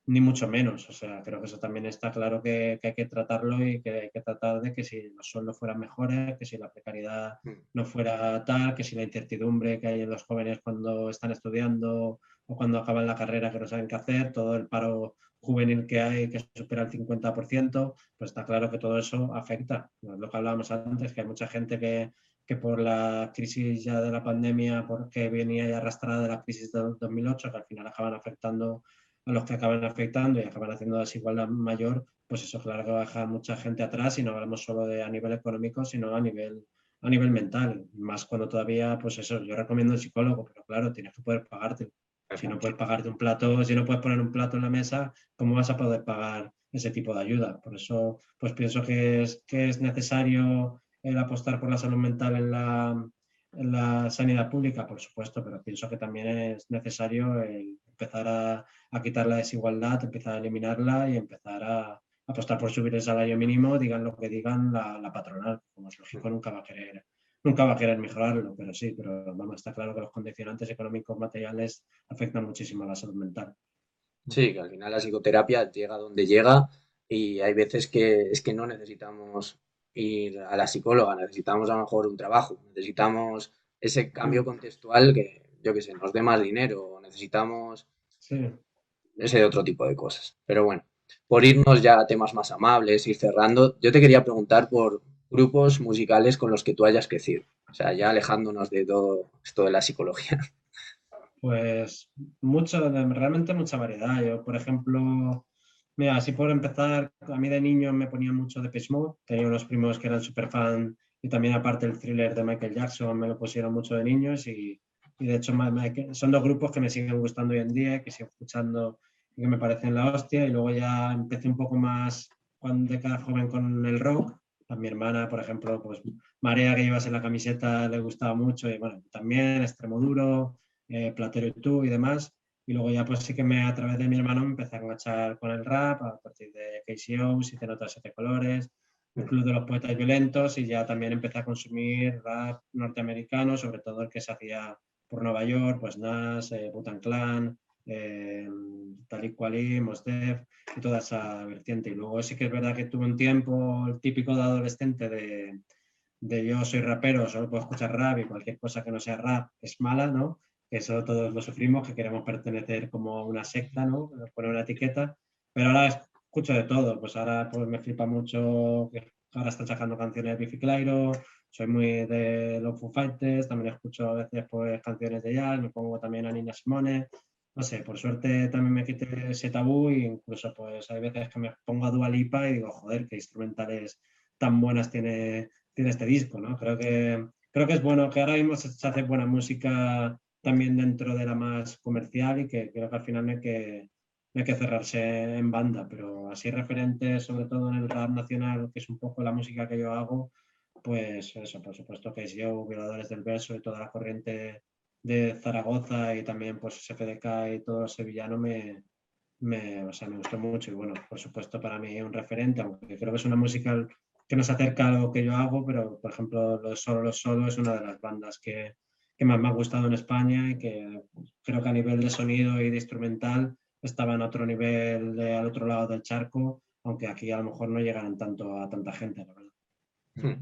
ni mucho menos. O sea, creo que eso también está claro que, que hay que tratarlo y que hay que tratar de que si los sueldos fueran mejores, que si la precariedad no fuera tal, que si la incertidumbre que hay en los jóvenes cuando están estudiando o cuando acaban la carrera que no saben qué hacer, todo el paro juvenil que hay que supera el cincuenta por ciento, pues está claro que todo eso afecta. Es lo que hablábamos antes, que hay mucha gente que, que por la crisis ya de la pandemia, porque venía ya arrastrada de la crisis de dos mil ocho, que al final acaban afectando a los que acaban afectando y acaban haciendo desigualdad mayor, pues eso claro que va a dejar mucha gente atrás y no hablamos solo de a nivel económico, sino a nivel, a nivel mental. Más cuando todavía, pues eso, yo recomiendo el psicólogo, pero claro, tienes que poder pagarte. Si no puedes pagarte un plato, si no puedes poner un plato en la mesa, ¿cómo vas a poder pagar ese tipo de ayuda? Por eso, pues pienso que es, que es necesario el apostar por la salud mental en la, en la sanidad pública, por supuesto, pero pienso que también es necesario el empezar a, a quitar la desigualdad, empezar a eliminarla y empezar a apostar por subir el salario mínimo, digan lo que digan la, la patronal. Como es lógico, nunca va a querer nunca va a querer mejorarlo, pero sí, pero vamos, está claro que los condicionantes económicos materiales afectan muchísimo a la salud mental. Sí, que al final la psicoterapia llega donde llega y hay veces que es que no necesitamos ir a la psicóloga, necesitamos a lo mejor un trabajo, necesitamos ese cambio contextual que, yo qué sé, nos dé más dinero, necesitamos Sí. ese otro tipo de cosas. Pero bueno, por irnos ya a temas más amables, ir cerrando, yo te quería preguntar por grupos musicales con los que tú hayas crecido. O sea, ya alejándonos de todo esto de la psicología. Pues mucho, realmente mucha variedad. Yo, por ejemplo, mira, así por empezar, a mí de niño me ponía mucho Depeche Mode, tenía unos primos que eran súper fan y también aparte el Thriller de Michael Jackson me lo pusieron mucho de niños y, y de hecho son dos grupos que me siguen gustando hoy en día, que sigo escuchando y que me parecen la hostia y luego ya empecé un poco más cuando de cada joven con el rock. A mi hermana, por ejemplo, pues Marea que llevas en la camiseta le gustaba mucho y bueno, también Extremoduro, eh, Platero y tú y demás. Y luego ya pues sí que me, a través de mi hermano me empecé a enganchar con el rap, a partir de K C O, Siete Notas, Siete Colores, el Club de los Poetas Violentos y ya también empecé a consumir rap norteamericano, sobre todo el que se hacía por Nueva York, pues Nas, eh, Wu-Tang Clan, eh, Talib Kweli, Mos Def y toda esa vertiente. Y luego sí que es verdad que tuve un tiempo el típico de adolescente de, de yo soy rapero, solo puedo escuchar rap y cualquier cosa que no sea rap es mala, ¿no? Que eso todos lo sufrimos, que queremos pertenecer como a una secta, ¿no? Poner una etiqueta, pero ahora escucho de todo, pues ahora pues me flipa mucho que ahora están sacando canciones de Biffy Clyro, soy muy de los Foo Fighters, también escucho a veces pues canciones de jazz, me pongo también a Nina Simone, no sé, por suerte también me quité ese tabú e incluso pues hay veces que me pongo a Dua Lipa y digo, joder, qué instrumentales tan buenas tiene, tiene este disco, ¿no? Creo que, creo que es bueno, que ahora mismo se, se hace buena música también dentro de la más comercial y que creo que al final no hay que, no hay que cerrarse en banda, pero así referente sobre todo en el rap nacional, que es un poco la música que yo hago, pues eso, por supuesto que es yo, Violadores del Verso y toda la corriente de Zaragoza y también pues S F D K y todo sevillano me, me, o sea, me gustó mucho y bueno, por supuesto para mí un referente, aunque creo que es una música que nos acerca a lo que yo hago, pero por ejemplo Los Solo Los Solo es una de las bandas que, que más me ha gustado en España y que creo que a nivel de sonido y de instrumental estaba en otro nivel de, al otro lado del charco, aunque aquí a lo mejor no llegaran tanto a tanta gente, la verdad.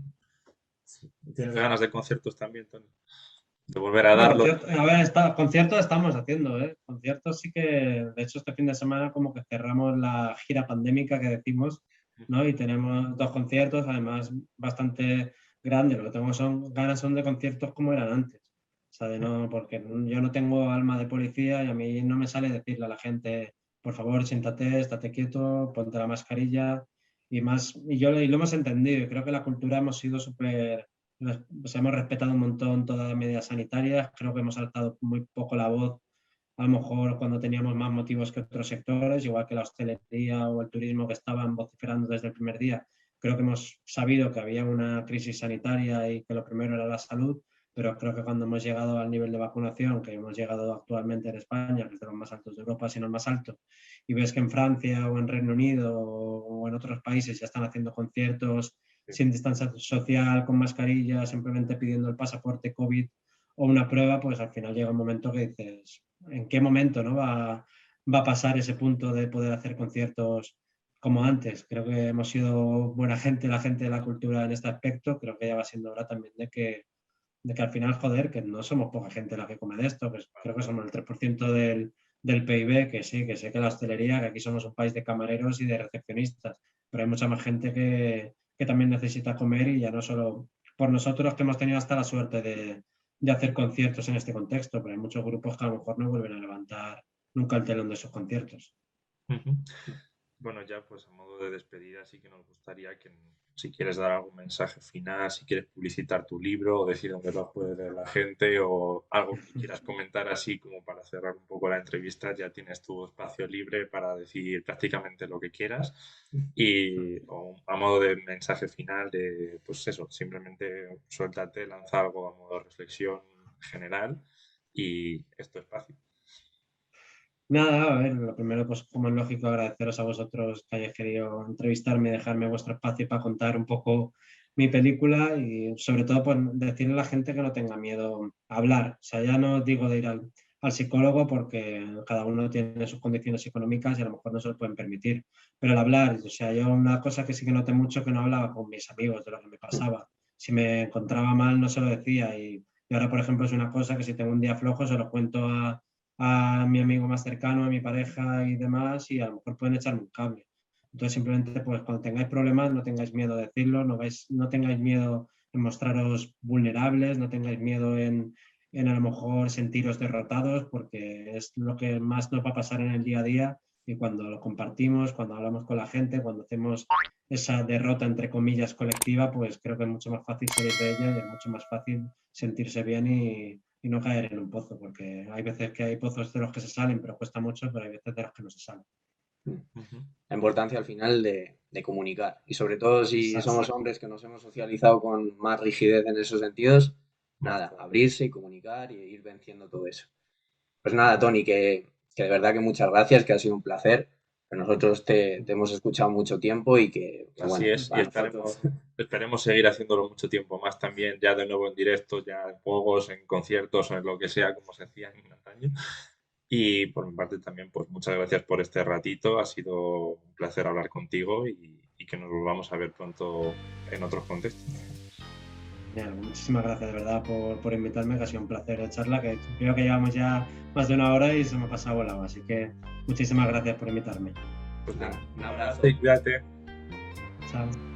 ¿Tienes ganas de conciertos también, Tony? De volver a No, darlo. concierto, a ver, está, conciertos estamos haciendo, ¿eh? Conciertos sí que, de hecho, este fin de semana como que cerramos la gira pandémica que decimos, ¿no? Y tenemos dos conciertos, además bastante grandes. Lo que tengo son ganas son de conciertos como eran antes. O sea, de no, porque yo no tengo alma de policía y a mí no me sale decirle a la gente, por favor, siéntate, estate quieto, ponte la mascarilla y más. Y yo y lo hemos entendido y creo que la cultura hemos sido súper pues hemos respetado un montón todas las medidas sanitarias, creo que hemos alzado muy poco la voz, a lo mejor cuando teníamos más motivos que otros sectores, igual que la hostelería o el turismo que estaban vociferando desde el primer día. Creo que hemos sabido que había una crisis sanitaria y que lo primero era la salud, pero creo que cuando hemos llegado al nivel de vacunación, que hemos llegado actualmente en España, que es de los más altos de Europa, si no el más alto, y ves que en Francia o en Reino Unido o en otros países ya están haciendo conciertos sin distancia social, con mascarilla, simplemente pidiendo el pasaporte COVID o una prueba, pues al final llega un momento que dices, ¿en qué momento no va, va a pasar ese punto de poder hacer conciertos como antes. Creo que hemos sido buena gente, la gente de la cultura en este aspecto. Creo que ya va siendo hora también de que, de que al final, joder, que no somos poca gente la que come de esto, pues creo que somos el tres por ciento del, del P I B, que sí, que sé que la hostelería, que aquí somos un país de camareros y de recepcionistas, pero hay mucha más gente que, que también necesita comer, y ya no solo por nosotros, que hemos tenido hasta la suerte de, de hacer conciertos en este contexto, pero hay muchos grupos que a lo mejor no vuelven a levantar nunca el telón de esos conciertos. Uh-huh. Bueno, ya pues a modo de despedida sí que nos gustaría que, si quieres dar algún mensaje final, si quieres publicitar tu libro o decir dónde lo puede leer la gente, o algo que quieras comentar así como para cerrar un poco la entrevista, ya tienes tu espacio libre para decir prácticamente lo que quieras. Y o a modo de mensaje final, de pues eso, simplemente suéltate, lanza algo a modo de reflexión general, y es tu espacio. Nada, a ver, lo primero, pues como es lógico, agradeceros a vosotros que hayáis querido entrevistarme y dejarme vuestro espacio para contar un poco mi película, y sobre todo pues, decirle a la gente que no tenga miedo a hablar. O sea, ya no digo de ir al, al psicólogo, porque cada uno tiene sus condiciones económicas y a lo mejor no se lo pueden permitir, pero el hablar, o sea, yo una cosa que sí que noté mucho, que no hablaba con mis amigos de lo que me pasaba. Si me encontraba mal no se lo decía, y, y ahora, por ejemplo, es una cosa que si tengo un día flojo se lo cuento a a mi amigo más cercano, a mi pareja y demás, y a lo mejor pueden echarme un cable. Entonces, simplemente, pues cuando tengáis problemas, no tengáis miedo de decirlo, no, vais, no tengáis miedo en mostraros vulnerables, no tengáis miedo en, en a lo mejor sentiros derrotados, porque es lo que más nos va a pasar en el día a día, y cuando lo compartimos, cuando hablamos con la gente, cuando hacemos esa derrota, entre comillas, colectiva, pues creo que es mucho más fácil salir de ella y es mucho más fácil sentirse bien y y no caer en un pozo, porque hay veces que hay pozos de los que se salen, pero cuesta mucho, pero hay veces de los que no se salen. La importancia al final de, de comunicar, y sobre todo si Exacto. somos hombres que nos hemos socializado con más rigidez en esos sentidos, nada, abrirse y comunicar y ir venciendo todo eso. Pues nada, Toni, que, que de verdad que muchas gracias, que ha sido un placer. Nosotros te, te hemos escuchado mucho tiempo y que, que Así bueno, es, y para esperemos, nosotros... esperemos seguir haciéndolo mucho tiempo más también, ya de nuevo en directo, ya en juegos, en conciertos o en lo que sea, como se hacía en antaño. Y por mi parte también, pues muchas gracias por este ratito, ha sido un placer hablar contigo, y, y que nos volvamos a ver pronto en otros contextos. Bien, muchísimas gracias de verdad por, por invitarme, que ha sido un placer de charla, que creo que llevamos ya más de una hora y se me ha pasado volado, así que muchísimas gracias por invitarme. Pues nada, un abrazo y cuídate. Chao.